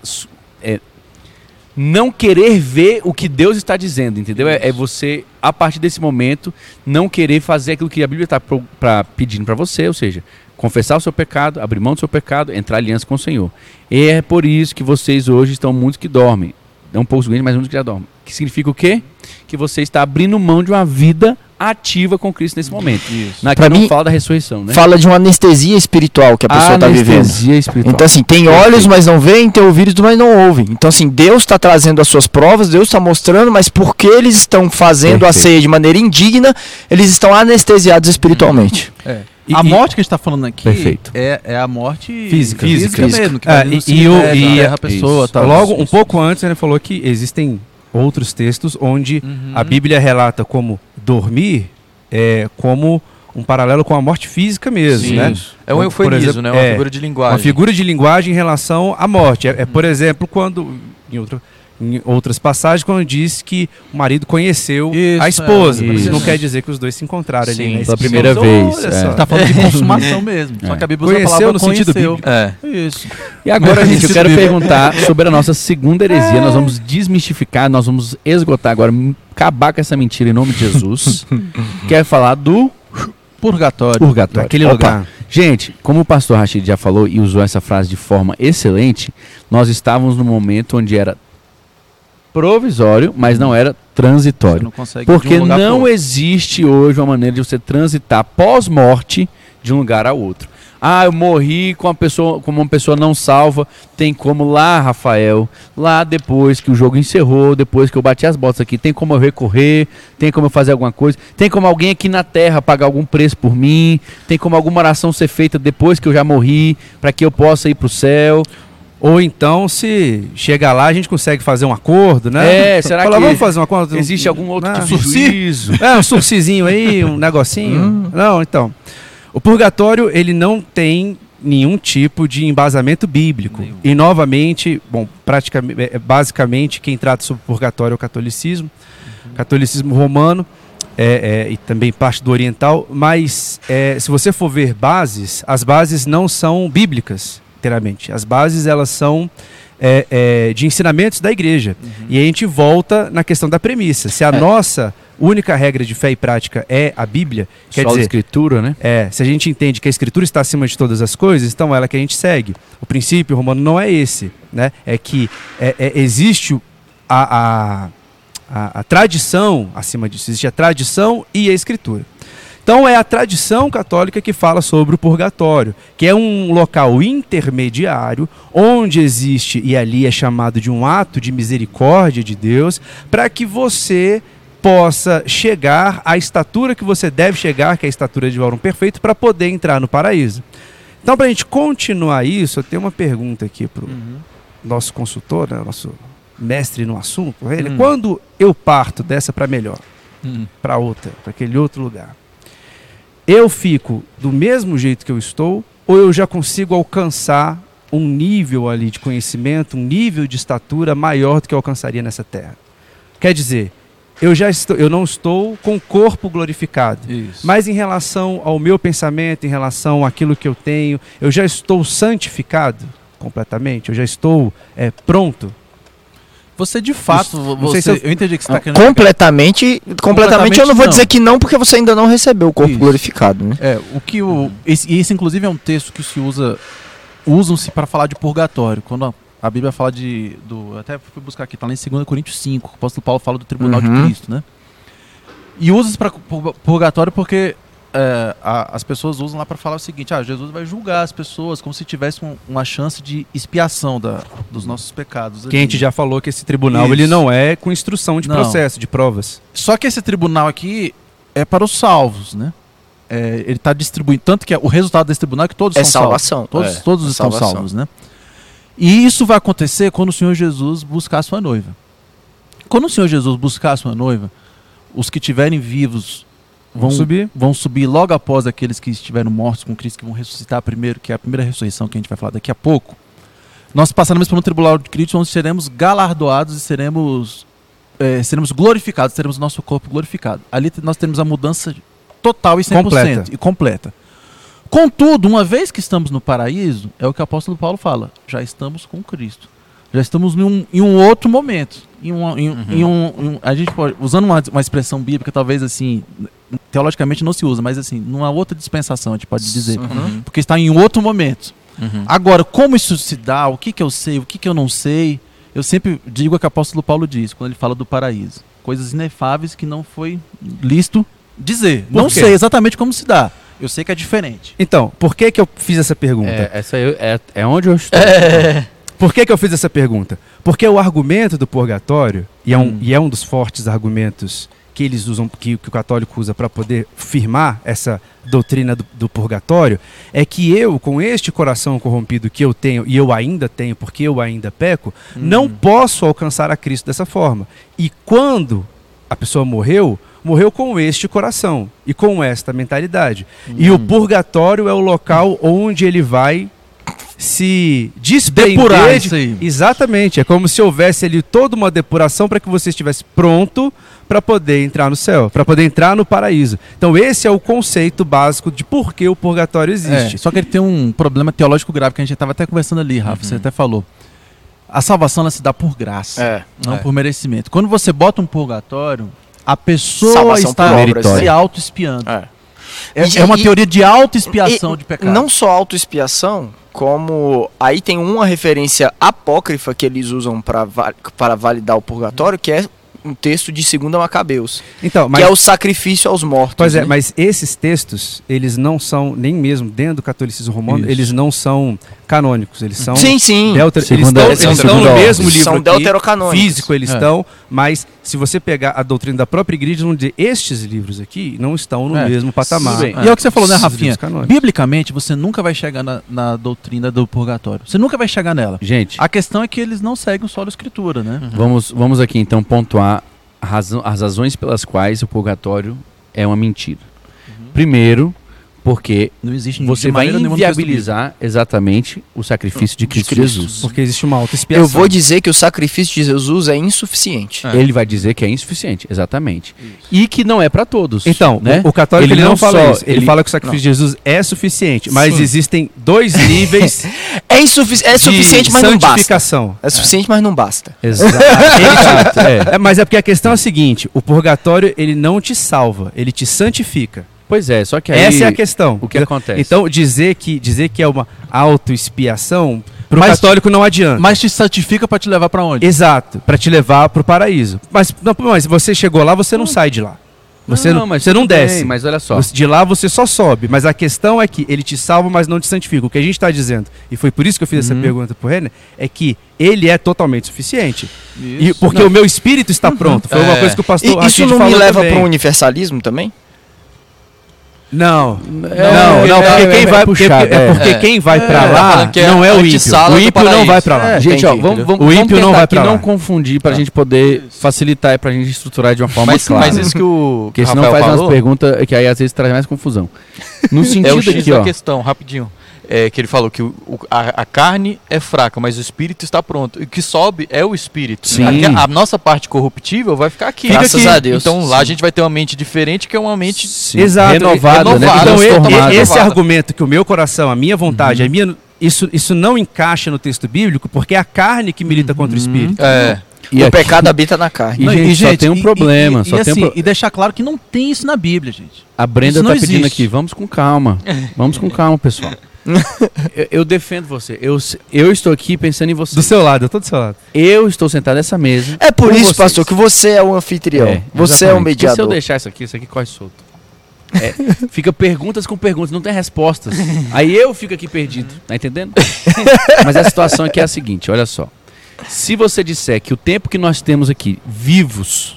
não querer ver o que Deus está dizendo, entendeu? É você, a partir desse momento, não querer fazer aquilo que a Bíblia está pedindo para você, ou seja, confessar o seu pecado, abrir mão do seu pecado, entrar em aliança com o Senhor. E é por isso que vocês hoje estão muitos que dormem. Não poucos doentes, mas muitos que já dormem. Que significa o quê? Que você está abrindo mão de uma vida ativa com Cristo nesse momento. Aqui não fala da ressurreição, né? Fala de uma anestesia espiritual que a pessoa está vivendo. Anestesia espiritual. Então, assim, tem olhos, mas não veem, tem ouvidos, mas não ouvem. Então, assim, Deus está trazendo as suas provas, Deus está mostrando, mas porque eles estão fazendo a ceia de maneira indigna, eles estão anestesiados espiritualmente. A morte que a gente está falando aqui Perfeito. é a morte física mesmo. Que a pessoa tá, logo um pouco antes ele falou que existem outros textos onde a Bíblia relata como dormir como um paralelo com a morte física mesmo, né? É um eufemismo, né? Uma figura de linguagem. Uma figura de linguagem em relação à morte. Por exemplo, quando em outras passagens, quando diz que o marido conheceu a esposa. Mas isso não quer dizer que os dois se encontraram ali, né? Pela primeira vez. Ele está falando de consumação mesmo. Só que a Bíblia usa a palavra no sentido bíblico. Isso. E agora, gente, eu quero perguntar sobre a nossa segunda heresia. Nós vamos desmistificar, nós vamos esgotar agora, acabar com essa mentira em nome de Jesus. Quer falar do purgatório. Aquele lugar. Gente, como o pastor Rashid já falou e usou essa frase de forma excelente, nós estávamos num momento onde era provisório, mas não era transitório. Porque não existe hoje uma maneira de você transitar pós-morte de um lugar a outro. Eu morri com uma pessoa não salva. Tem como lá, Rafael, lá depois que o jogo encerrou, depois que eu bati as botas aqui, tem como eu recorrer, tem como eu fazer alguma coisa, tem como alguém aqui na terra pagar algum preço por mim, tem como alguma oração ser feita depois que eu já morri, para que eu possa ir para o céu. Ou então, se chegar lá, a gente consegue fazer um acordo, né? Será que vamos fazer um acordo? Existe algum outro juízo? Um surcizinho aí, um negocinho? Não, então. O purgatório, ele não tem nenhum tipo de embasamento bíblico. E, novamente, basicamente, quem trata sobre o purgatório é o catolicismo. Catolicismo romano e também parte do oriental. Mas, se você for ver as bases não são bíblicas. Inteiramente. As bases, elas são de ensinamentos da igreja. E aí a gente volta na questão da premissa. Se a nossa única regra de fé e prática é a Bíblia, quer dizer, a Escritura, né? Se a gente entende que a Escritura está acima de todas as coisas, então é ela que a gente segue. O princípio romano não é esse, né? É que existe a tradição acima disso. Existe a tradição e a Escritura. Então é a tradição católica que fala sobre o purgatório, que é um local intermediário, onde existe, e ali é chamado de um ato de misericórdia de Deus, para que você possa chegar à estatura que você deve chegar, que é a estatura de varão perfeito, para poder entrar no paraíso. Então, para a gente continuar isso, eu tenho uma pergunta aqui para o nosso consultor, né, nosso mestre no assunto. Quando eu parto dessa para melhor, para outra, para aquele outro lugar, eu fico do mesmo jeito que eu estou, ou eu já consigo alcançar um nível ali de conhecimento, um nível de estatura maior do que eu alcançaria nessa terra? Quer dizer, eu não estou com o corpo glorificado, mas em relação ao meu pensamento, em relação àquilo que eu tenho, eu já estou santificado completamente, eu já estou pronto. Você de fato, eu entendi que você está querendo... Completamente eu não vou dizer que não, porque você ainda não recebeu o corpo glorificado, né? Esse inclusive é um texto que se usam-se para falar de purgatório. Quando a Bíblia fala até fui buscar aqui, está lá em 2 Coríntios 5, o apóstolo Paulo fala do tribunal de Cristo, né? E usa-se para purgatório porque as pessoas usam lá para falar o seguinte: Jesus vai julgar as pessoas como se tivesse uma chance de expiação dos nossos pecados. Que a gente já falou que esse tribunal ele não é com instrução de processo, de provas. Só que esse tribunal aqui é para os salvos, né? Ele está distribuindo, tanto que o resultado desse tribunal é que todos são salvação. salvos. Todos estão salvos, né? E isso vai acontecer quando o Senhor Jesus buscar a sua noiva. Quando o Senhor Jesus buscar a sua noiva, os que estiverem vivos vão subir logo após aqueles que estiveram mortos com Cristo, que vão ressuscitar primeiro, que é a primeira ressurreição que a gente vai falar daqui a pouco. Nós passaremos por um tribunal de Cristo onde seremos galardoados e seremos glorificados, teremos o nosso corpo glorificado. Ali nós teremos a mudança total e 100% completa. Contudo, uma vez que estamos no paraíso, é o que o apóstolo Paulo fala, já estamos com Cristo. Já estamos em um outro momento. A gente pode, usando uma expressão bíblica, talvez assim, teologicamente não se usa, mas assim, numa outra dispensação, a gente pode dizer. Porque está em outro momento. Agora, como isso se dá, o que eu sei, o que eu não sei, eu sempre digo o que o apóstolo Paulo diz, quando ele fala do paraíso. Coisas inefáveis que não foi lícito dizer. Não sei exatamente como se dá. Eu sei que é diferente. Então, por que eu fiz essa pergunta? Essa é onde eu estou. Por que eu fiz essa pergunta? Porque o argumento do purgatório, e é um dos fortes argumentos que eles usam, que o católico usa para poder firmar essa doutrina do purgatório, é que eu, com este coração corrompido que eu tenho, e eu ainda tenho, porque eu ainda peco, não posso alcançar a Cristo dessa forma. E quando a pessoa morreu com este coração e com esta mentalidade. E o purgatório é o local onde ele vai se depurar isso aí. Exatamente, é como se houvesse ali toda uma depuração para que você estivesse pronto para poder entrar no céu, para poder entrar no paraíso. Então esse é o conceito básico de por que o purgatório existe. Só que ele tem um problema teológico grave que a gente estava até conversando ali, Rafa, você até falou. A salvação ela se dá por graça, não por merecimento. Quando você bota um purgatório, a pessoa salvação está se auto-espiando. É uma teoria de auto-expiação de pecado. Não só auto-expiação, como aí tem uma referência apócrifa que eles usam para validar o purgatório, que é um texto de 2 Macabeus, então, que é o sacrifício aos mortos. Pois é, mas esses textos, eles não são, nem mesmo dentro do catolicismo romano, eles não são canônicos, eles são... Sim. Eles estão no mesmo livro são deuterocanônicos. Físico, eles estão, mas se você pegar a doutrina da própria igreja, eles vão dizer, estes livros aqui não estão no mesmo patamar. E é o que você falou, né, Rafinha? Biblicamente, você nunca vai chegar na doutrina do purgatório. Você nunca vai chegar nela. Gente, a questão é que eles não seguem só a escritura, né? Vamos aqui então pontuar as razões pelas quais o purgatório é uma mentira. Primeiro, porque não existe você vai inviabilizar exatamente o sacrifício de Cristo Jesus. Porque existe uma auto-expiação. Eu vou dizer que o sacrifício de Jesus é insuficiente. Ele vai dizer que é insuficiente, exatamente. Isso. E que não é para todos. Então, né? o católico ele não fala isso. Ele fala que o sacrifício de Jesus é suficiente, mas existem 2 níveis é suficiente, mas não basta. É suficiente, mas não basta. Exato. Mas é porque a questão é a seguinte, o purgatório ele não te salva, ele te santifica. Pois é, só que aí... Essa é a questão. O que acontece? Então, dizer que é uma auto-expiação, para o católico não adianta. Mas te santifica para te levar para onde? Exato, para te levar para o paraíso. Mas você chegou lá, você não sai de lá. Você não desce. Mas olha só. De lá você só sobe. Mas a questão é que ele te salva, mas não te santifica. O que a gente está dizendo, e foi por isso que eu fiz essa pergunta para o Renner, é que ele é totalmente suficiente. Porque o meu espírito está pronto. Foi uma coisa que o pastor Rashid falou. Isso não me leva para o universalismo também? Não, porque quem vai puxar, porque quem vai para lá não é o ímpio. O ímpio não vai para lá. Gente, o ímpio não vai para lá. Não confundir para a gente poder facilitar e para a gente estruturar de uma forma clara. Mas isso que o porque senão faz umas perguntas que aí às vezes traz mais confusão. No sentido o X da questão, rapidinho. Que ele falou que a carne é fraca, mas o espírito está pronto. E o que sobe é o espírito. Sim. A nossa parte corruptível vai ficar aqui. Graças a Deus. Então lá a gente vai ter uma mente diferente, que é uma mente renovada. Né? Então esse argumento que o meu coração, a minha vontade, isso não encaixa no texto bíblico, porque é a carne que milita contra o espírito. E o pecado habita na carne. E gente, só tem um problema. E deixar claro que não tem isso na Bíblia, gente. A Brenda está pedindo aqui, vamos com calma. Vamos com calma, pessoal. Eu defendo você. Eu estou aqui pensando em você. Do seu lado, eu estou do seu lado. Eu estou sentado nessa mesa. É por isso, pastor, que você é o anfitrião. Você é o mediador. E se eu deixar isso aqui corre solto. Fica perguntas com perguntas, não tem respostas. Aí eu fico aqui perdido, tá entendendo? Mas a situação aqui é a seguinte, olha só. Se você disser que o tempo que nós temos aqui, vivos,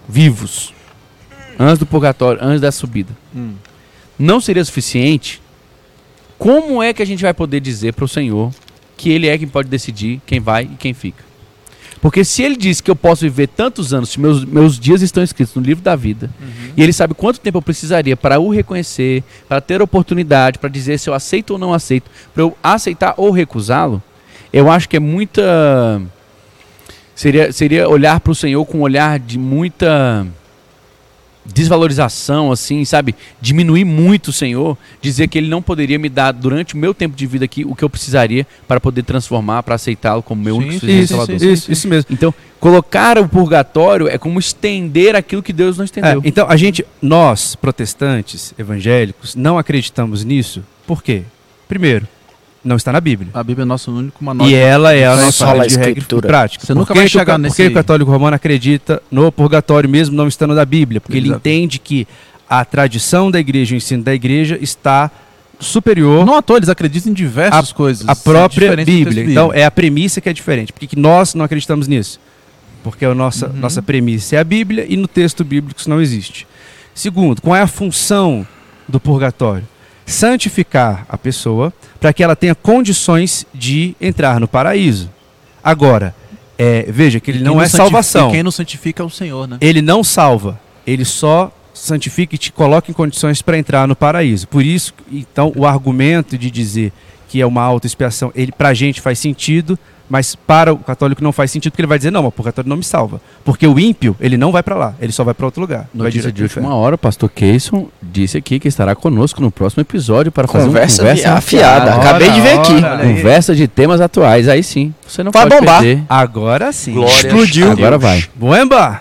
antes do purgatório, antes da subida, não seria suficiente, como é que a gente vai poder dizer para o Senhor que Ele é quem pode decidir quem vai e quem fica? Porque se Ele diz que eu posso viver tantos anos, se meus dias estão escritos no livro da vida, e Ele sabe quanto tempo eu precisaria para o reconhecer, para ter oportunidade, para dizer se eu aceito ou não aceito, para eu aceitar ou recusá-lo, eu acho que é muita... Seria olhar para o Senhor com um olhar de muita desvalorização, assim, sabe? Diminuir muito o Senhor, dizer que Ele não poderia me dar, durante o meu tempo de vida aqui, o que eu precisaria para poder transformar, para aceitá-lo como meu único sujeito salvador. Isso mesmo. Então, colocar o purgatório é como estender aquilo que Deus não estendeu. Então, nós, protestantes, evangélicos, não acreditamos nisso. Por quê? Primeiro, não está na Bíblia. A Bíblia é nosso único manual. E ela é a nossa regra de regra e prática. Você nunca vai chegar nesse... Por que o católico romano acredita no purgatório mesmo não estando na Bíblia? Porque ele entende que a tradição da igreja, o ensino da igreja está superior... Não à toa, eles acreditam em diversas coisas. A própria Bíblia. Então, é a premissa que é diferente. Por que nós não acreditamos nisso? Porque a nossa premissa é a Bíblia e no texto bíblico isso não existe. Segundo, qual é a função do purgatório? Santificar a pessoa para que ela tenha condições de entrar no paraíso. Agora, veja que ele não é salvação. Quem não santifica é o Senhor, né? Ele não salva, ele só santifica e te coloca em condições para entrar no paraíso. Por isso, então, o argumento de dizer que é uma autoexpiação, ele pra gente faz sentido, mas para o católico não faz sentido, porque ele vai dizer, não, mas o purgatório não me salva. Porque o ímpio, ele não vai para lá, ele só vai para outro lugar. Notícia de última hora, o pastor Keyson disse aqui que estará conosco no próximo episódio para fazer uma conversa afiada. Acabei de ver aqui. Conversa de temas atuais, aí sim. Você não vai pode bombar. perder. Agora sim. Glória explodiu. Agora vai. Bomba!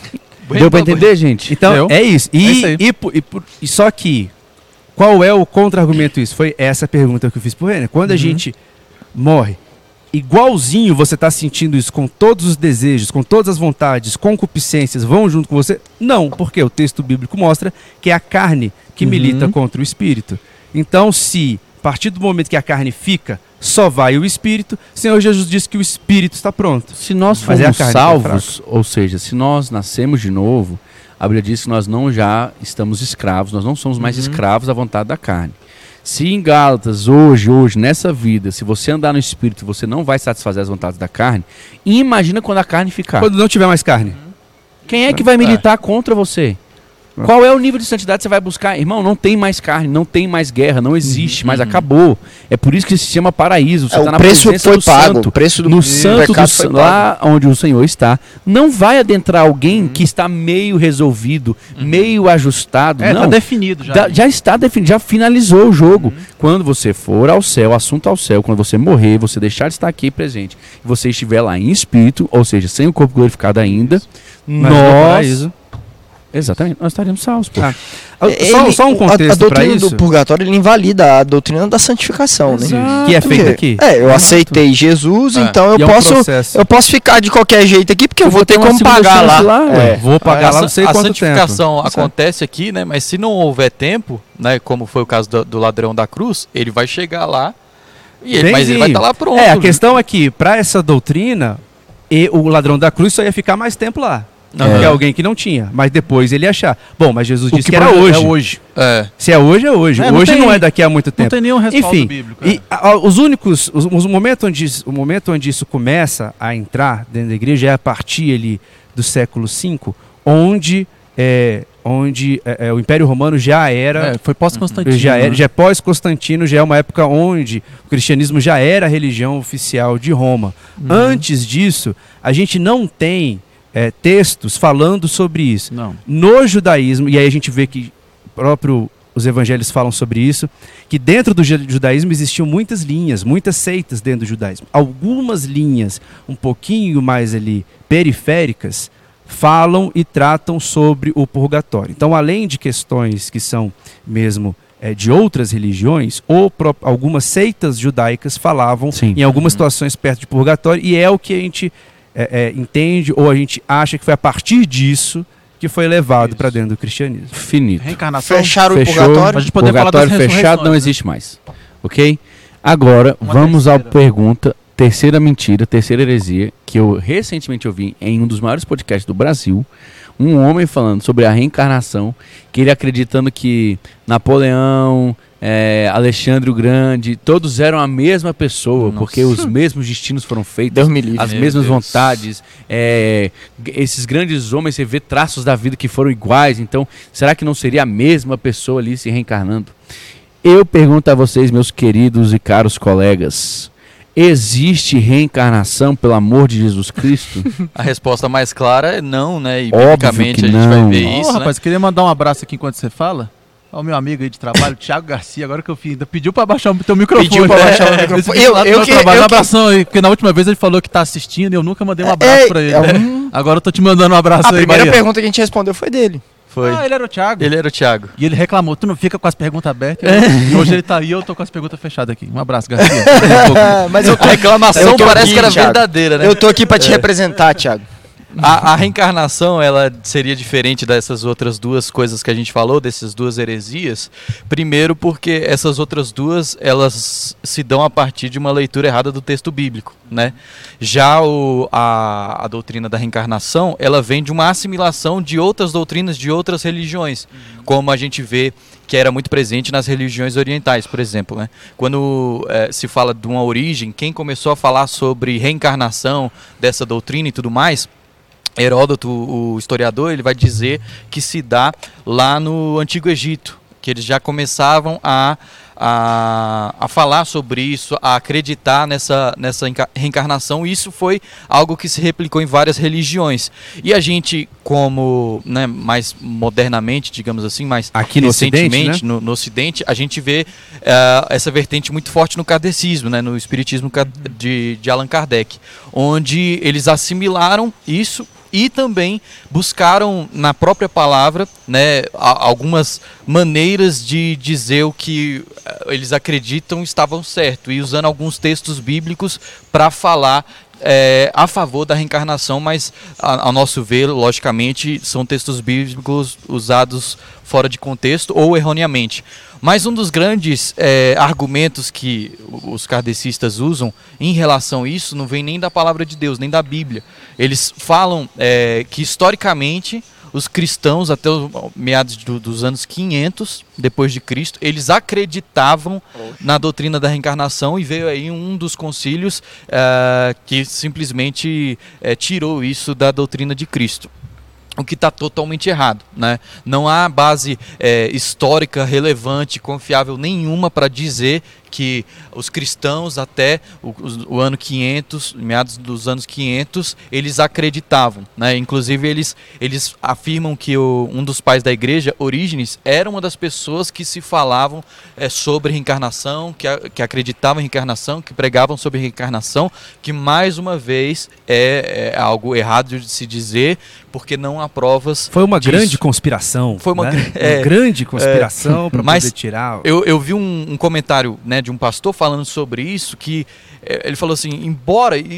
Deu para entender, gente? Então, é isso. isso aí. E só que, qual é o contra-argumento isso? Foi essa pergunta que eu fiz pro Renner. Quando a gente morre, igualzinho você está sentindo isso com todos os desejos, com todas as vontades, concupiscências, vão junto com você? Não, porque o texto bíblico mostra que é a carne que milita contra o espírito. Então, se a partir do momento que a carne fica, só vai o espírito, o Senhor Jesus disse que o espírito está pronto. Se nós formos salvos, ou seja, se nós nascemos de novo, a Bíblia diz que nós não já estamos escravos, nós não somos mais escravos à vontade da carne. Se em Gálatas, hoje, nessa vida, se você andar no Espírito, você não vai satisfazer as vontades da carne, imagina quando a carne ficar. Quando não tiver mais carne. Quem é que vai militar contra você? Qual é o nível de santidade que você vai buscar? Irmão, não tem mais carne, não tem mais guerra, não existe, mas acabou. É por isso que se chama paraíso. Você está na presença do santo. O preço do no santo do santo, lá onde o Senhor está. Não vai adentrar alguém que está meio resolvido, meio ajustado. Não, está definido já. Já está definido, já finalizou o jogo. Quando você for ao céu, assunto ao céu, quando você morrer, você deixar de estar aqui presente, e você estiver lá em espírito, ou seja, sem o corpo glorificado ainda, nós... Exatamente, nós estaremos salvos. Só um contexto para isso. A doutrina do purgatório ele invalida a doutrina da santificação, né? Que é feita aqui. Eu aceitei Jesus, então eu posso ficar de qualquer jeito aqui, porque eu vou ter como pagar lá. Vou pagar lá não sei quanto tempo. A santificação acontece aqui, né? Mas se não houver tempo, né? Como foi o caso do ladrão da cruz, ele vai chegar lá, mas ele vai estar lá pronto. A questão é que, para essa doutrina, o ladrão da cruz só ia ficar mais tempo lá. Que é alguém que não tinha, mas depois ele ia achar. Bom, mas Jesus disse que era hoje. É hoje. Se é hoje, é hoje. Hoje não é daqui a muito tempo. Não tem nenhum respaldo bíblico. E o momento onde isso começa a entrar dentro da igreja é a partir ali do século V, onde o Império Romano já era... foi pós-Constantino. Já é pós-Constantino, já é uma época onde o cristianismo já era a religião oficial de Roma. Antes disso, a gente não tem... textos falando sobre isso. Não. No judaísmo, e aí a gente vê que os evangelhos falam sobre isso, que dentro do judaísmo existiam muitas linhas, muitas seitas dentro do judaísmo. Algumas linhas um pouquinho mais ali periféricas falam e tratam sobre o purgatório. Então, além de questões que são mesmo de outras religiões, algumas seitas judaicas falavam em algumas situações perto de purgatório, e é o que a gente entende, ou a gente acha que foi a partir disso que foi levado para dentro do cristianismo. Finito. Reencarnação. Fecharam o Fechou. purgatório. A gente poder falar das Purgatório fechado ressurreições, não né? existe mais. Ok? Agora, Uma vamos à terceira. pergunta, terceira mentira, terceira heresia, que eu recentemente ouvi em um dos maiores podcasts do Brasil. Um homem falando sobre a reencarnação, que ele acreditando que Napoleão, Alexandre o Grande, todos eram a mesma pessoa, Nossa. porque os mesmos destinos foram feitos, Deus me livre. as Meu mesmas Deus. vontades, esses grandes homens, você vê traços da vida que foram iguais, então será que não seria a mesma pessoa ali se reencarnando? Eu pergunto a vocês, meus queridos e caros colegas, existe reencarnação pelo amor de Jesus Cristo? A resposta mais clara é não, né? E Óbvio biblicamente que a gente não. vai ver Ô, isso, né? rapaz, queria mandar um abraço aqui enquanto você fala. Ao meu amigo aí de trabalho, Thiago Garcia, agora que eu fiz, ainda pediu pra baixar o teu microfone. Pediu pra baixar o Esse microfone. vídeo lá do meu trabalho. Um eu abração aí, porque na última vez ele falou que tá assistindo e eu nunca mandei um abraço pra ele. né? Agora eu tô te mandando um abraço A aí, primeira Bahia. pergunta que a gente respondeu foi dele. Foi. Ah, ele era o Thiago. Ele era o Thiago. E ele reclamou, tu não fica com as perguntas abertas. E hoje ele tá aí, eu tô com as perguntas fechadas aqui. Um abraço, Garcia. Mas eu tô, A reclamação eu tô parece aqui, que era Thiago. verdadeira, né? Eu tô aqui pra te representar, Thiago. A reencarnação, ela seria diferente dessas outras duas coisas que a gente falou, dessas duas heresias. Primeiro porque essas outras duas, elas se dão a partir de uma leitura errada do texto bíblico, né? Já a doutrina da reencarnação, ela vem de uma assimilação de outras doutrinas de outras religiões, como a gente vê que era muito presente nas religiões orientais, por exemplo, né? Quando se fala de uma origem, quem começou a falar sobre reencarnação dessa doutrina e tudo mais, Heródoto, o historiador, ele vai dizer que se dá lá no Antigo Egito, que eles já começavam a falar sobre isso, a acreditar nessa reencarnação, e isso foi algo que se replicou em várias religiões. E a gente, como, né, mais modernamente, digamos assim, mais Aqui no recentemente, Ocidente, né? no Ocidente, a gente vê essa vertente muito forte no kardecismo, né, no espiritismo de Allan Kardec, onde eles assimilaram isso e também buscaram na própria palavra, né, algumas maneiras de dizer o que eles acreditam estavam certo, e usando alguns textos bíblicos para falar a favor da reencarnação, mas ao nosso ver, logicamente, são textos bíblicos usados fora de contexto ou erroneamente. Mas um dos grandes argumentos que os kardecistas usam em relação a isso não vem nem da palavra de Deus, nem da Bíblia. Eles falam que historicamente os cristãos, até os meados dos anos 500 depois de Cristo, eles acreditavam na doutrina da reencarnação, e veio aí um dos concílios que simplesmente tirou isso da doutrina de Cristo. O que está totalmente errado, né? Não há base histórica relevante, confiável nenhuma para dizer que os cristãos até o ano 500, meados dos anos 500, eles acreditavam, né? Inclusive eles afirmam que um dos pais da igreja, Orígenes, era uma das pessoas que se falavam sobre reencarnação, que acreditavam em reencarnação, que pregavam sobre reencarnação, que mais uma vez é algo errado de se dizer, porque não há provas. Foi uma disso. grande conspiração. Foi uma né? é, uma grande conspiração para mas poder tirar. Eu vi um comentário, né, de um pastor falando sobre isso, que ele falou assim, embora, e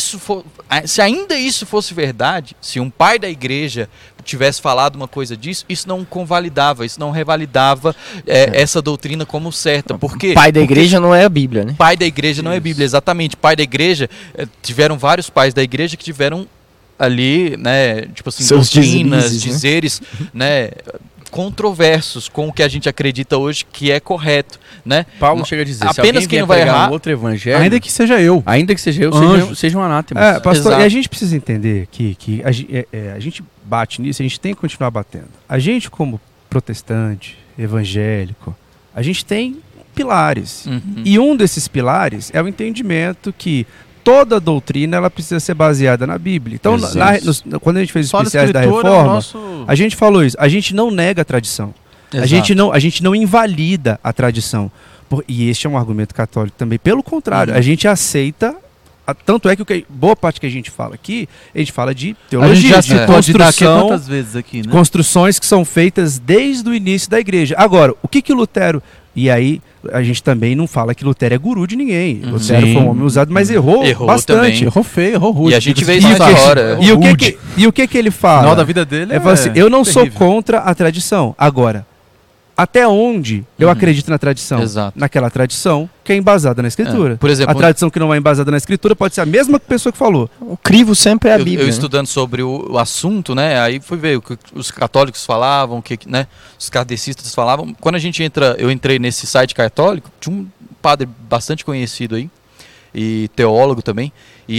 se ainda isso fosse verdade, se um pai da igreja tivesse falado uma coisa disso, isso não convalidava, isso não revalidava essa doutrina como certa. Porque Pai da igreja não é a Bíblia, né? pai da igreja não é Bíblia, exatamente. Pai da igreja, tiveram vários pais da igreja que tiveram ali, né, tipo assim, Seus doutrinas, deslizes, dizeres, né, controversos com o que a gente acredita hoje que é correto, né? Paulo chega a dizer, se apenas alguém quem vier não vai pregar errar, um outro evangelho, Ainda que seja eu. ainda que seja eu, Anjo. seja um anátema. Pastor, Exato. e a gente precisa entender que a gente bate nisso, a gente tem que continuar batendo. A gente, como protestante, evangélico, a gente tem pilares. Uhum. E um desses pilares é o entendimento que toda doutrina ela precisa ser baseada na Bíblia. Então, quando a gente fez os Só na especiais da escritura, Reforma, o nosso... a gente falou isso. A gente não nega a tradição. A gente não invalida a tradição. E este é um argumento católico também. Pelo contrário, a gente aceita. Tanto é que boa parte que a gente fala aqui, a gente fala de teologia, A gente já de citou de dar aqui construção, tantas vezes aqui, né? construções que são feitas desde o início da igreja. Agora, o que Lutero E aí, a gente também não fala que Lutero é guru de ninguém. Lutero foi um homem usado, mas errou bastante. Também. Errou feio, errou rude. E a gente vê isso na história. E o que ele fala? O final da vida dele é assim, eu não sou contra a tradição. Agora, até onde eu acredito na tradição? Exato. Naquela tradição que é embasada na Escritura. Por exemplo, a tradição que não é embasada na Escritura pode ser a mesma pessoa que falou. O crivo sempre é a Bíblia. Eu estudando sobre o assunto, né? Aí fui ver o que os católicos falavam, o que, né, os kardecistas falavam. Quando eu entrei nesse site católico, tinha um padre bastante conhecido aí, e teólogo também, e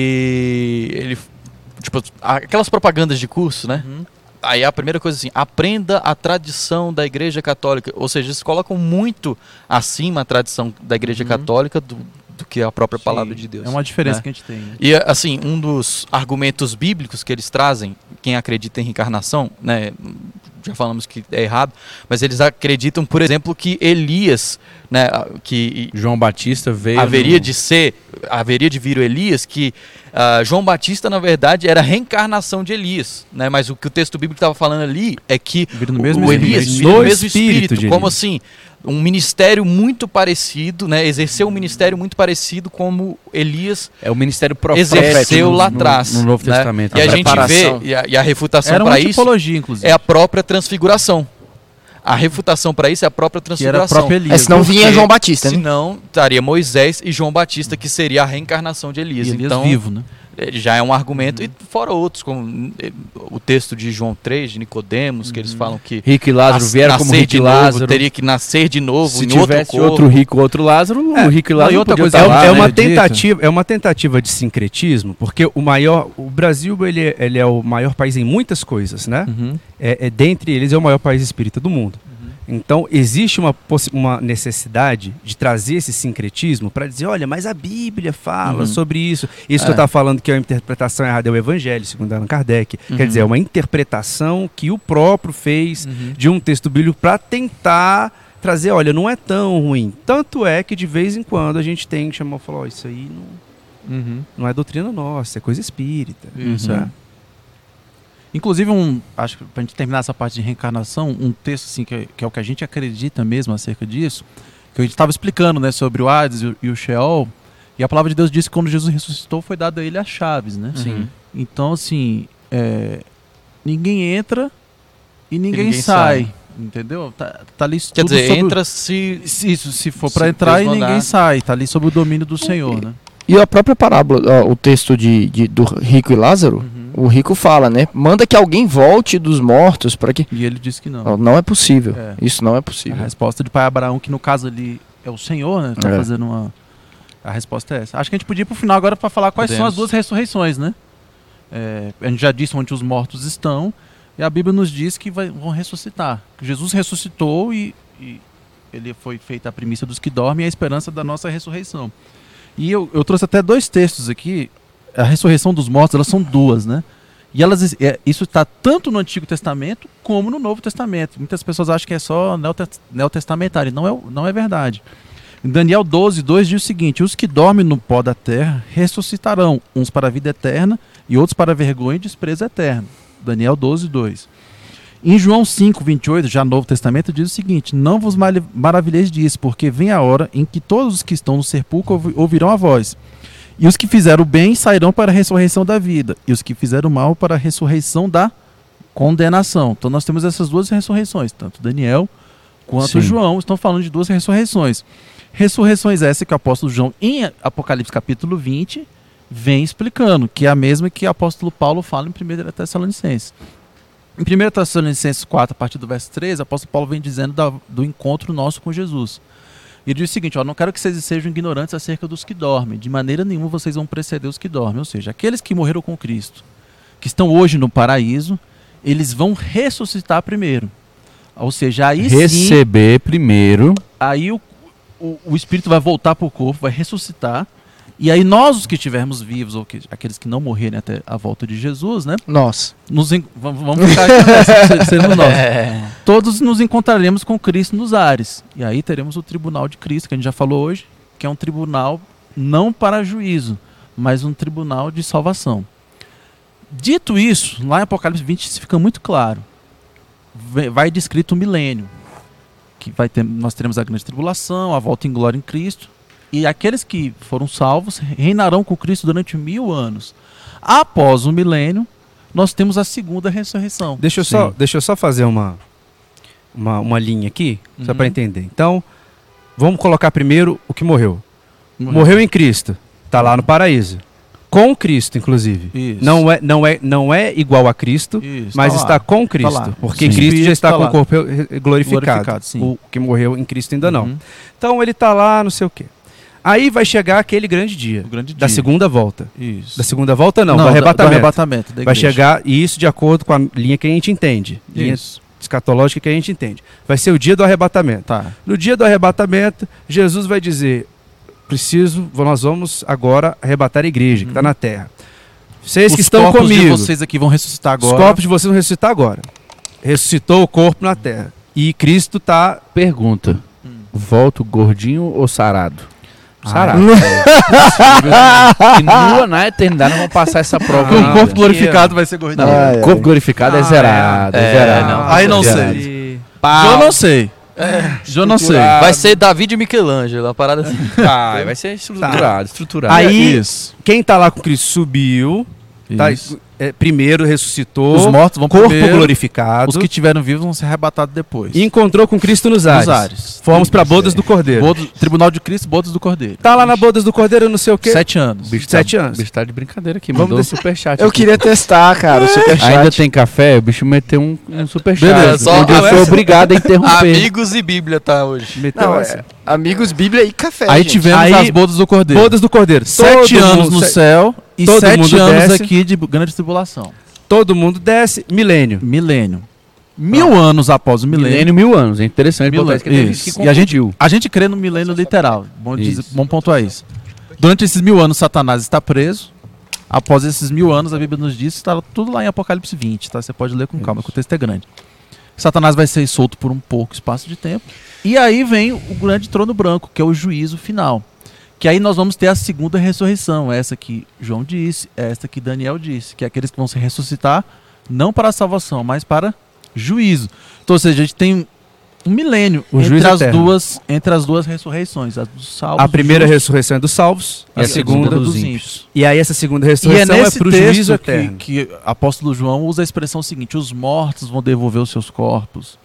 ele tipo, aquelas propagandas de curso, né? Aí a primeira coisa assim, aprenda a tradição da Igreja Católica. Ou seja, eles colocam muito acima a tradição da Igreja Católica do que a própria palavra de Deus. É uma diferença, né? que a gente tem. Né? E assim, um dos argumentos bíblicos que eles trazem, quem acredita em reencarnação, né, já falamos que é errado, mas eles acreditam, por exemplo, que Elias, né, que João Batista veio... haveria de vir o Elias, que João Batista, na verdade, era a reencarnação de Elias, né, mas o que o texto bíblico estava falando ali é que o Elias vira no mesmo espírito, como assim, um ministério muito parecido, né, exerceu um ministério muito parecido como Elias o ministério profético exerceu lá atrás. No Novo Testamento. E a gente vê, e a refutação para isso inclusive. é a própria transfiguração. A refutação para isso é a própria transfiguração. Senão vinha João Batista, né? Senão estaria Moisés e João Batista, que seria a reencarnação de Elias. Elias então, vivo, né? Já é um argumento, e fora outros, como o texto de João 3, de Nicodemos, que eles falam que Rico e Lázaro vieram como Rico e Lázaro. Teria que nascer de novo se em tivesse outro rico, outro Lázaro, o Rico e Lázaro outra coisa, é uma tentativa de sincretismo, porque o Brasil ele é o maior país em muitas coisas, né? Dentre eles é o maior país espírita do mundo. Então, existe uma necessidade de trazer esse sincretismo para dizer, olha, mas a Bíblia fala sobre isso. Isso que eu estava falando que é uma interpretação errada é o Evangelho, segundo Allan Kardec. Quer dizer, é uma interpretação que o próprio fez de um texto bíblico para tentar trazer, olha, não é tão ruim. Tanto é que de vez em quando a gente tem que chamar e falar, ó, isso aí não é doutrina nossa, é coisa espírita. Isso, Inclusive, acho que pra gente terminar essa parte de reencarnação, um texto assim, que é o que a gente acredita mesmo acerca disso, que a gente estava explicando, né, sobre o Hades e o Sheol, e a palavra de Deus diz que quando Jesus ressuscitou foi dado a ele as chaves, né? Sim. Então, assim, ninguém entra e ninguém sai. Entendeu? Tá ali Quer tudo dizer, sobre entra se for para entrar e ninguém sai, tá ali sob o domínio do Senhor, né? E a própria parábola, o texto do rico e Lázaro, o rico fala, né? Manda que alguém volte dos mortos para que... E ele diz que não. Não é possível. Isso não é possível. A resposta de pai Abraão, que no caso ali é o Senhor, né? Tá fazendo uma... A resposta é essa. Acho que a gente podia ir pro final agora para falar quais são as duas ressurreições, né? A gente já disse onde os mortos estão, e a Bíblia nos diz que vão ressuscitar. Jesus ressuscitou e ele foi feita a primícia dos que dormem e a esperança da nossa ressurreição. E eu trouxe até dois textos aqui. A ressurreição dos mortos, elas são duas, né? E isso está tanto no Antigo Testamento como no Novo Testamento. Muitas pessoas acham que é só neotestamentário. Não é verdade. Em Daniel 12:2 diz o seguinte: os que dormem no pó da terra ressuscitarão, uns para a vida eterna e outros para a vergonha e desprezo eterno. Daniel 12:2. Em João 5:28, já no Novo Testamento, diz o seguinte: não vos maravilheis disso, porque vem a hora em que todos os que estão no sepulcro ouvirão a voz. E os que fizeram o bem sairão para a ressurreição da vida, e os que fizeram o mal para a ressurreição da condenação. Então nós temos essas duas ressurreições, tanto Daniel quanto João estão falando de duas ressurreições. Ressurreições essa que o apóstolo João, em Apocalipse capítulo 20, vem explicando, que é a mesma que o apóstolo Paulo fala em 1 Tessalonicenses. Em 1 Tessalonicenses 4, a partir do verso 13, o apóstolo Paulo vem dizendo do encontro nosso com Jesus. E ele diz o seguinte: não quero que vocês sejam ignorantes acerca dos que dormem, de maneira nenhuma vocês vão preceder os que dormem. Ou seja, aqueles que morreram com Cristo, que estão hoje no paraíso, eles vão ressuscitar primeiro. Ou seja, aí receber primeiro. Aí o Espírito vai voltar para o corpo, vai ressuscitar. E aí nós, os que estivermos vivos, ou aqueles que não morrerem até a volta de Jesus, né? Nós. Vamos ficar aqui sendo nós. Todos nos encontraremos com Cristo nos ares. E aí teremos o tribunal de Cristo, que a gente já falou hoje, que é um tribunal não para juízo, mas um tribunal de salvação. Dito isso, lá em Apocalipse 20 fica muito claro. Vai descrito o milênio, que nós teremos a grande tribulação, a volta em glória em Cristo. E aqueles que foram salvos reinarão com Cristo durante 1000 anos. Após o milênio, nós temos a segunda ressurreição. Deixa eu só fazer uma linha aqui, só para entender. Então, vamos colocar primeiro o que morreu. Morreu em Cristo, está lá no paraíso. Com Cristo, inclusive. Isso. Não é igual a Cristo, Isso, mas tá está lá. com Cristo. Tá lá. Porque Sim. Cristo já está Tá com lá. o corpo glorificado. Sim. O que morreu em Cristo ainda não. Uhum. Então ele está lá, não sei o quê. Aí vai chegar aquele grande dia, O grande da dia. segunda volta. Isso. Da segunda volta não, Não, do arrebatamento. do arrebatamento da Vai igreja. chegar, e isso de acordo com a linha que a gente entende. Linha Isso. escatológica que a gente entende. Vai ser o dia do arrebatamento. Tá. No dia do arrebatamento, Jesus vai dizer: nós vamos agora arrebatar a igreja que está na terra. Vocês que Os estão corpos de comigo, vocês aqui vão ressuscitar agora. os corpos de vocês vão ressuscitar agora. Ressuscitou o corpo na terra. E Cristo está... Pergunta: volta o gordinho ou sarado? Sarado. E nua na eternidade não vão passar essa prova. Com o ainda. corpo glorificado vai ser gordinho. Não, corpo glorificado é zerado. É zerado. não. Aí não Zerado. sei. Eu não sei. Eu não sei. Vai ser David e Michelangelo, uma parada assim. Vai ser estruturado. Aí, Isso. quem está lá com Cristo subiu, tá? Isso. Primeiro ressuscitou, Os mortos vão corpo primeiro, glorificado, os que estiveram vivos vão ser arrebatados depois. e encontrou com Cristo nos ares. Nos ares. Fomos para bodas do Cordeiro. Tribunal de Cristo, bodas do Cordeiro. Tá lá na bodas do Cordeiro, não sei o quê. 7 anos. Bicho 7 anos. O bicho tá de brincadeira aqui. Vamos Mandou um descer. superchat. Eu aqui. queria testar, cara, o superchat. Ainda tem café? O bicho meteu um superchat. Beleza. Só- Onde eu sou essa- obrigado a interromper. Amigos e Bíblia tá hoje. Meteu Não, essa. amigos, Bíblia e café. Aí gente. tivemos Aí, as bodas do Cordeiro. Bodas do Cordeiro. 7 Todo anos mundo- no céu e todo 7 mundo anos desce. aqui de grande tribulação. Todo mundo desce, milênio. Milênio. 1000 anos após o milênio. Milênio, 1000 anos. É interessante. Milênio, botar isso, que tem isso. gente que E a gente, confundiu. a gente crê no milênio literal. Isso. Bom pontuar isso. Durante esses 1000 anos, Satanás está preso. Após esses 1000 anos, a Bíblia nos diz que está tudo lá em Apocalipse 20, tá? Você pode ler com calma, que o texto é grande. Satanás vai ser solto por um pouco espaço de tempo. E aí vem o grande trono branco, que é o juízo final. Que aí nós vamos ter a segunda ressurreição. Essa que João disse, esta que Daniel disse. Que é aqueles que vão se ressuscitar, não para a salvação, mas para juízo. Então, ou seja, a gente tem um milênio O juízo eterno. entre as duas ressurreições. A dos salvos, A primeira dos justos, ressurreição é dos salvos, e a segunda dos dos ímpios. E aí essa segunda E é ressurreição nesse pro texto juízo eterno. que apóstolo João usa a expressão seguinte: os mortos vão devolver os seus corpos.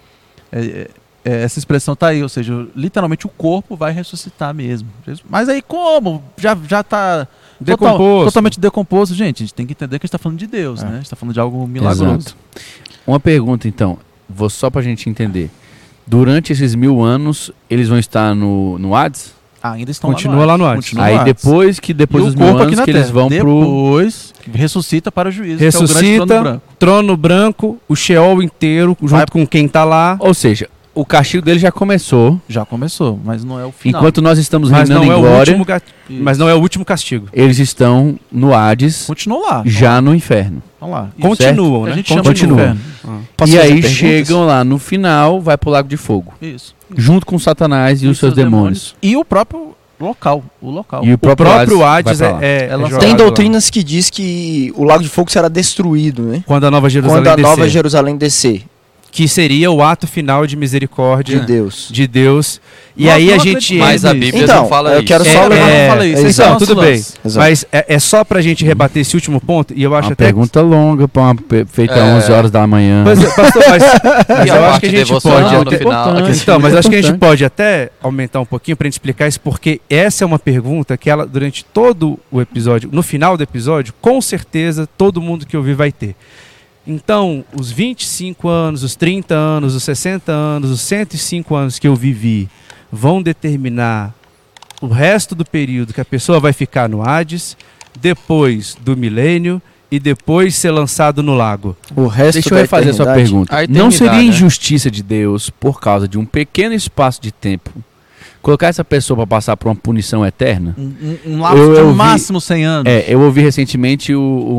Essa expressão está aí, ou seja, literalmente o corpo vai ressuscitar mesmo. Mas aí como? Já está Decomposto. totalmente decomposto. Gente, a gente tem que entender que a gente está falando de Deus, né? A gente está falando de algo milagroso. Exato. Uma pergunta, então. Só pra gente entender. Durante esses 1000 anos, eles vão estar no Hades? Ainda estão Continua lá no Hades. Continua Aí no Hades. depois E dos o 1000 corpo aqui anos na que eles terra. vão pro... Depois ressuscita para o juízo. que é o grande trono Ressuscita, branco. trono branco, o Sheol inteiro, junto com quem tá lá. Ou seja, o castigo dele já começou. Já começou, mas não é o final. Enquanto nós estamos Mas reinando não, é em o glória, último mas não é o último castigo. eles estão no Hades, Continuam lá. já no inferno. Vamos lá. Continuam, A né? gente chama Continua. de inferno. Posso e fazer aí perguntas? chegam lá no final, vai pro lago de fogo. Isso. Junto com Satanás e os seus demônios. E o próprio local. O local. E O próprio Hades vai pra lá. é jogado Tem lá. doutrinas que diz que o Lago de Fogo será destruído, né? Quando a Nova Jerusalém Quando a Nova descer, Jerusalém descer que seria o ato final de misericórdia de Deus. de Deus. E Nós aí não a gente... acreditamos Mas a nisso. Bíblia Então, não fala eu isso. quero só É, levar... é, Fala isso. então, esse é o tudo nosso bem. lance. Exato. Mas é só pra gente rebater esse último ponto, e eu acho Uma até... pergunta longa, feita às 11 horas da manhã. Pois é, pastor, mas E eu a acho parte que a gente devocional pode no até... final. Então, mas acho que a gente pode até aumentar um pouquinho pra gente explicar isso, porque essa é uma pergunta que ela, durante todo o episódio, no final do episódio, com certeza todo mundo que ouvir vai ter. Então, os 25 anos, os 30 anos, os 60 anos, os 105 anos que eu vivi vão determinar o resto do período que a pessoa vai ficar no Hades, depois do milênio e depois ser lançado no lago. O resto Deixa eu da refazer a sua eternidade. pergunta. A Não eternidade, seria né? injustiça de Deus, por causa de um pequeno espaço de tempo, colocar essa pessoa para passar por uma punição eterna? Um lapso Eu de vi- máximo 100 anos. Eu ouvi recentemente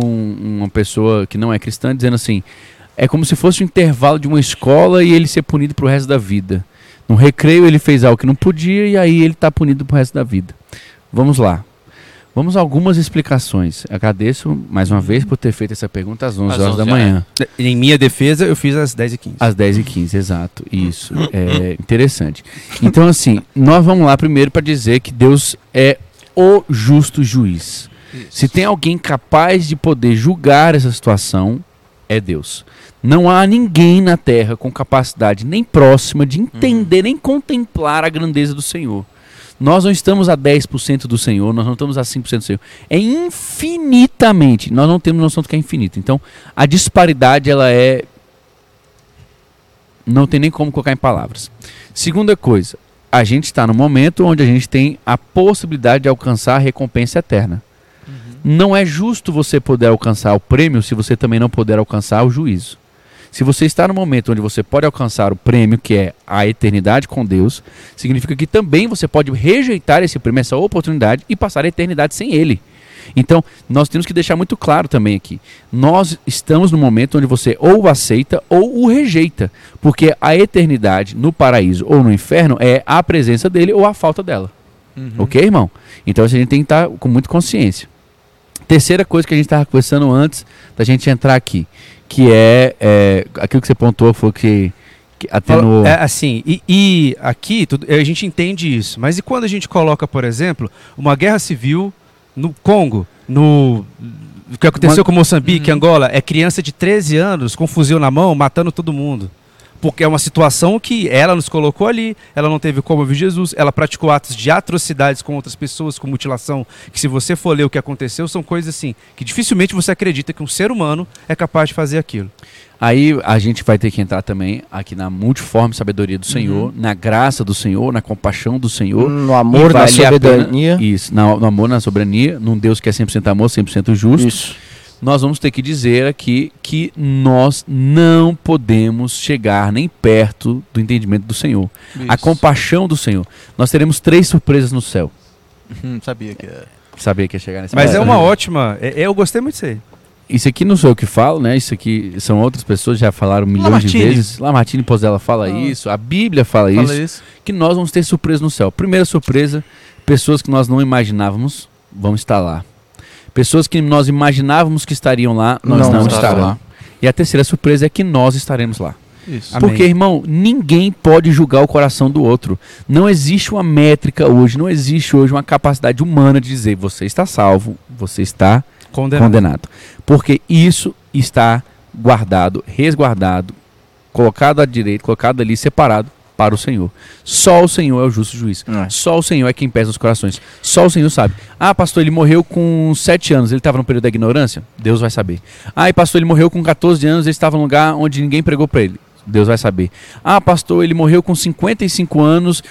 uma pessoa que não é cristã dizendo assim: é como se fosse um intervalo de uma escola e ele ser punido pro resto da vida. No recreio ele fez algo que não podia e aí ele está punido pro resto da vida. Vamos lá. Vamos a algumas explicações. Agradeço mais uma vez por ter feito essa pergunta às 11 horas da manhã. Em minha defesa, eu fiz às 10h15. Às 10h15, exato. Isso. É interessante. Então, assim, nós vamos lá primeiro para dizer que Deus é o justo juiz. Isso. Se tem alguém capaz de poder julgar essa situação, é Deus. Não há ninguém na Terra com capacidade nem próxima de entender, nem contemplar a grandeza do Senhor. Nós não estamos a 10% do Senhor, nós não estamos a 5% do Senhor. É infinitamente. Nós não temos noção do que é infinito. Então, a disparidade, ela é... não tem nem como colocar em palavras. Segunda coisa, a gente está no momento onde a gente tem a possibilidade de alcançar a recompensa eterna. Não é justo você poder alcançar o prêmio se você também não puder alcançar o juízo. Se você está no momento onde você pode alcançar o prêmio, que é a eternidade com Deus, significa que também você pode rejeitar esse prêmio, essa oportunidade, e passar a eternidade sem ele. Então, nós temos que deixar muito claro também aqui. Nós estamos no momento onde você ou o aceita ou o rejeita. Porque a eternidade no paraíso ou no inferno é a presença dele ou a falta dela. Ok, irmão? Então, a gente tem que estar com muita consciência. Terceira coisa que a gente estava conversando antes da gente entrar aqui, que é aquilo que você pontuou, foi que até no... assim, e aqui a gente entende isso, mas e quando a gente coloca, por exemplo, uma guerra civil no Congo, o que aconteceu com Moçambique, Angola, é criança de 13 anos com fuzil na mão, matando todo mundo. Porque é uma situação que ela nos colocou ali, ela não teve como ouvir Jesus, ela praticou atos de atrocidades com outras pessoas, com mutilação, que se você for ler o que aconteceu, são coisas assim, que dificilmente você acredita que um ser humano é capaz de fazer aquilo. Aí a gente vai ter que entrar também aqui na multiforme sabedoria do Senhor, na graça do Senhor, na compaixão do Senhor. No amor, na soberania. Isso, no amor, na soberania, num Deus que é 100% amor, 100% justo. Isso. Nós vamos ter que dizer aqui que nós não podemos chegar nem perto do entendimento do Senhor. Isso. A compaixão do Senhor. Nós teremos 3 surpresas no céu. Sabia que ia chegar nesse Mas é uma ótima... eu gostei muito disso aí. Isso aqui não sou eu que falo, né? Isso aqui são outras pessoas que já falaram milhões de vezes. Lamartine Pozella fala isso, a Bíblia fala isso. Que nós vamos ter surpresa no céu. Primeira surpresa, pessoas que nós não imaginávamos vão estar lá. Pessoas que nós imaginávamos que estariam lá, nós não estarão lá. E a terceira surpresa é que nós estaremos lá. Isso. Porque, irmão, ninguém pode julgar o coração do outro. Não existe uma métrica hoje, não existe hoje uma capacidade humana de dizer você está salvo, você está condenado. Porque isso está guardado, resguardado, colocado à direita, colocado ali, separado para o Senhor. Só o Senhor é o justo juiz. Só o Senhor é quem pesa os corações. Só o Senhor sabe. Ah, pastor, ele morreu com 7 anos. Ele estava no período da ignorância? Deus vai saber. Ah, e pastor, ele morreu com 14 anos. Ele estava num lugar onde ninguém pregou para ele. Deus vai saber. Ah, pastor, ele morreu com 55 anos,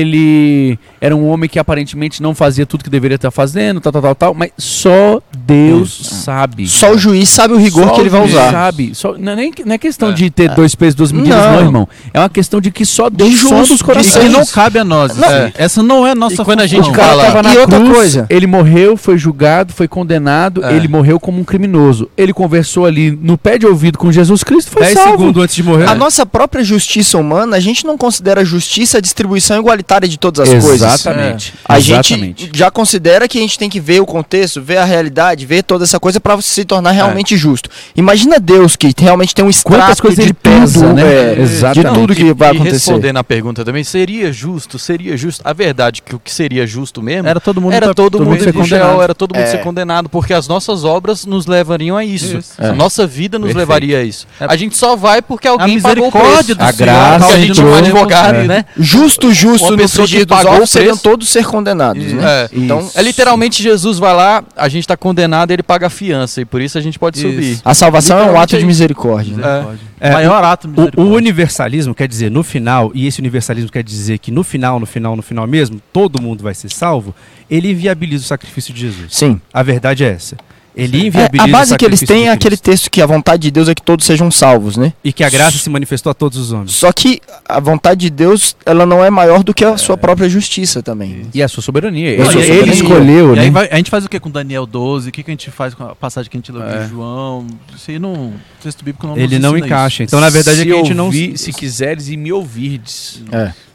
ele era um homem que aparentemente não fazia tudo que deveria estar fazendo, tal, mas só Deus sabe. Só o juiz sabe o rigor que ele vai usar. Sabe. Não é questão de ter 2 pesos, 2 medidas, não, irmão. É uma questão de que só Deus sonda os corações. Que não cabe a nós. Essa não é a nossa quando função. A gente fala... na outra coisa, ele morreu, foi julgado, foi condenado, ele morreu como um criminoso. Ele conversou ali no pé de ouvido com Jesus Cristo, foi 10 salvo. segundos antes de morrer. A nossa própria justiça humana, a gente não considera justiça a distribuição igualitária de todas as coisas. Exatamente. A gente já considera que a gente tem que ver o contexto, ver a realidade, ver toda essa coisa para se tornar realmente justo. Imagina Deus que realmente tem um extrato de pesa, né? De tudo que vai acontecer. E respondendo a pergunta também, seria justo? A verdade que o que seria justo mesmo era todo mundo ser condenado. Era todo mundo ser condenado, porque as nossas obras nos levariam a isso. A nossa vida nos levaria a isso. A gente só vai porque alguém pagou o preço. A graça, a gente é um advogado, né? Justo no frigir dos ovos seriam todos ser condenados, né? Então, literalmente Jesus vai lá, a gente está condenado, ele paga a fiança e por isso a gente pode subir. A salvação é um ato de misericórdia. O maior ato de misericórdia. O universalismo quer dizer no final, e esse universalismo quer dizer que no final mesmo, todo mundo vai ser salvo, ele inviabiliza o sacrifício de Jesus. Sim. A verdade é essa. Ele inviabiliza a base que eles têm é aquele texto que a vontade de Deus é que todos sejam salvos, né? E que a graça se manifestou a todos os homens. Só que a vontade de Deus, ela não é maior do que a sua própria justiça também. E a sua soberania. Ele escolheu, né? Aí a gente faz o que com Daniel 12? O que a gente faz com a passagem que a gente leu de João? Isso aí não... O texto bíblico não ele não encaixa. Isso. Então, na verdade, é que a gente não... Se quiseres e me ouvirdes.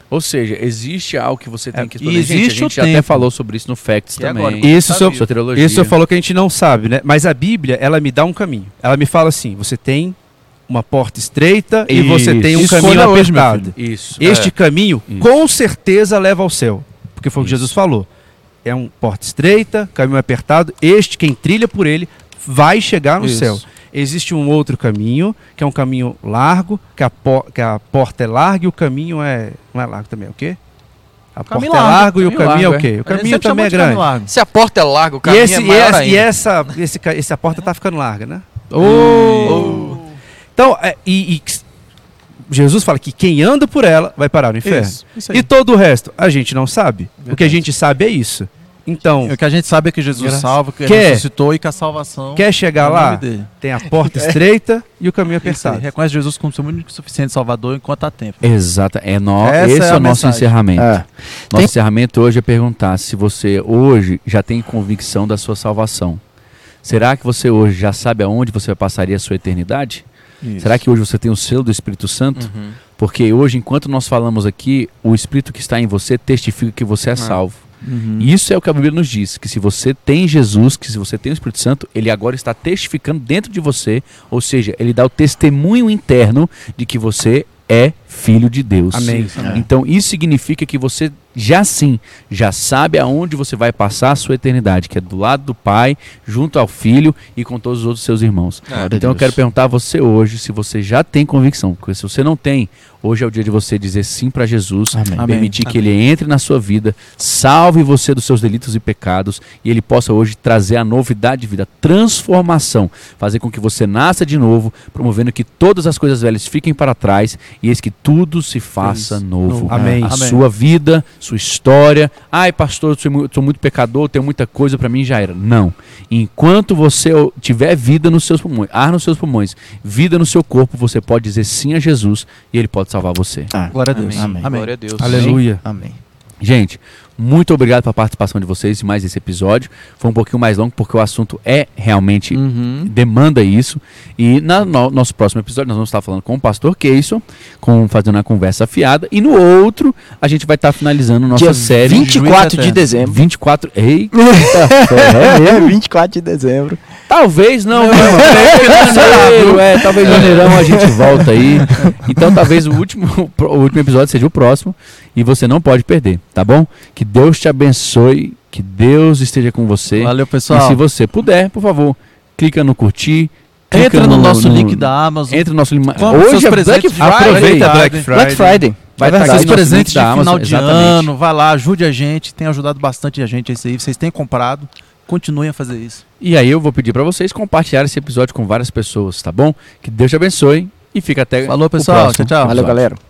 Ou seja, existe algo que você tem que estudar. Existe a gente já tempo. até falou sobre isso no Facts E também. agora? Isso, soteriologia. isso eu falou que a gente não sabe, né? Mas a Bíblia, ela me dá um caminho. Ela me fala assim, você tem uma porta estreita e você tem um Escolha caminho hoje, meu apertado. Isso. Este caminho, Isso. com certeza, leva ao céu. Porque foi o que Isso. Jesus falou. É uma porta estreita, caminho apertado. Este, quem trilha por ele, vai chegar no Isso. céu. Existe um outro caminho, que é um caminho largo, que a porta é larga e o caminho não é largo também, é o quê? A porta Caminho é largo, largo e o caminho caminho é o largo, quê? O A gente caminho sempre também chamou é de caminho grande. largo. Se a porta é larga, o caminho é maior ainda. Essa porta tá ficando larga, né? Oh. Então, Jesus fala que quem anda por ela vai parar no inferno. Isso aí. E todo o resto, a gente não sabe. O que a Verdade. gente sabe é isso. Então, O que a gente sabe é que Jesus salva, que ele Quer- ressuscitou e que a salvação quer chegar é o lá, nome dele. tem a porta estreita e o caminho Isso aí, apertado. reconhece Jesus como seu único e suficiente salvador enquanto há tempo. Exato. Essa Esse é é a o nosso mensagem. encerramento. É. Nosso encerramento hoje é perguntar se você hoje já tem convicção da sua salvação. Será que você hoje já sabe aonde você passaria a sua eternidade? Isso. Será que hoje você tem o selo do Espírito Santo? Porque hoje, enquanto nós falamos aqui, o Espírito que está em você testifica que você é salvo. Uhum. E isso é o que a Bíblia nos diz, que se você tem Jesus, que se você tem o Espírito Santo, ele agora está testificando dentro de você, ou seja, ele dá o testemunho interno de que você é filho de Deus. Amém. Então isso significa que você já sabe aonde você vai passar a sua eternidade, que é do lado do Pai, junto ao Filho e com todos os outros seus irmãos. Então eu quero perguntar a você hoje se você já tem convicção, porque se você não tem, hoje é o dia de você dizer sim para Jesus, Amém. permitir que Amém. ele entre na sua vida, salve você dos seus delitos e pecados e ele possa hoje trazer a novidade de vida, transformação, fazer com que você nasça de novo, promovendo que todas as coisas velhas fiquem para trás e eis que tudo se faça novo. Amém. A Amém. sua vida, sua história. Ai, pastor, eu sou muito pecador, tenho muita coisa, para mim já era. Não. Enquanto você tiver vida nos seus pulmões, ar nos seus pulmões, vida no seu corpo, você pode dizer sim a Jesus e ele pode salvar você. Glória a Deus. Amém. Glória a Deus. Aleluia. Amém. Gente, muito obrigado pela participação de vocês em mais esse episódio. Foi um pouquinho mais longo porque o assunto é realmente demanda isso. E no nosso próximo episódio nós vamos estar falando com o pastor Keyson, fazendo uma conversa afiada. E no outro a gente vai estar finalizando nossa Dia série 24 de dezembro. 24. Eita, É 24 de dezembro. talvez não, janeiro, talvez em janeirão a gente volta aí. Então talvez o último episódio seja o próximo e você não pode perder, tá bom? Que Deus te abençoe, que Deus esteja com você. Valeu, E pessoal. se você puder, por favor, clica no curtir. clica Entra no nosso link da Amazon. Entra no nosso link. Compre seus Hoje é presentes Black de Friday. Aproveita Friday. Black Friday. Black Friday. Vai É estar verdade. aqui Seus no nosso presentes link da de final Amazon, de exatamente. ano, vai lá, ajude a gente. Tem ajudado bastante a gente isso aí. Vocês têm comprado, continuem a fazer isso. E aí eu vou pedir pra vocês compartilhar esse episódio com várias pessoas, tá bom? Que Deus te abençoe e fica até Falou, o pessoal. próximo Tchau, tchau. Valeu, episódio. galera.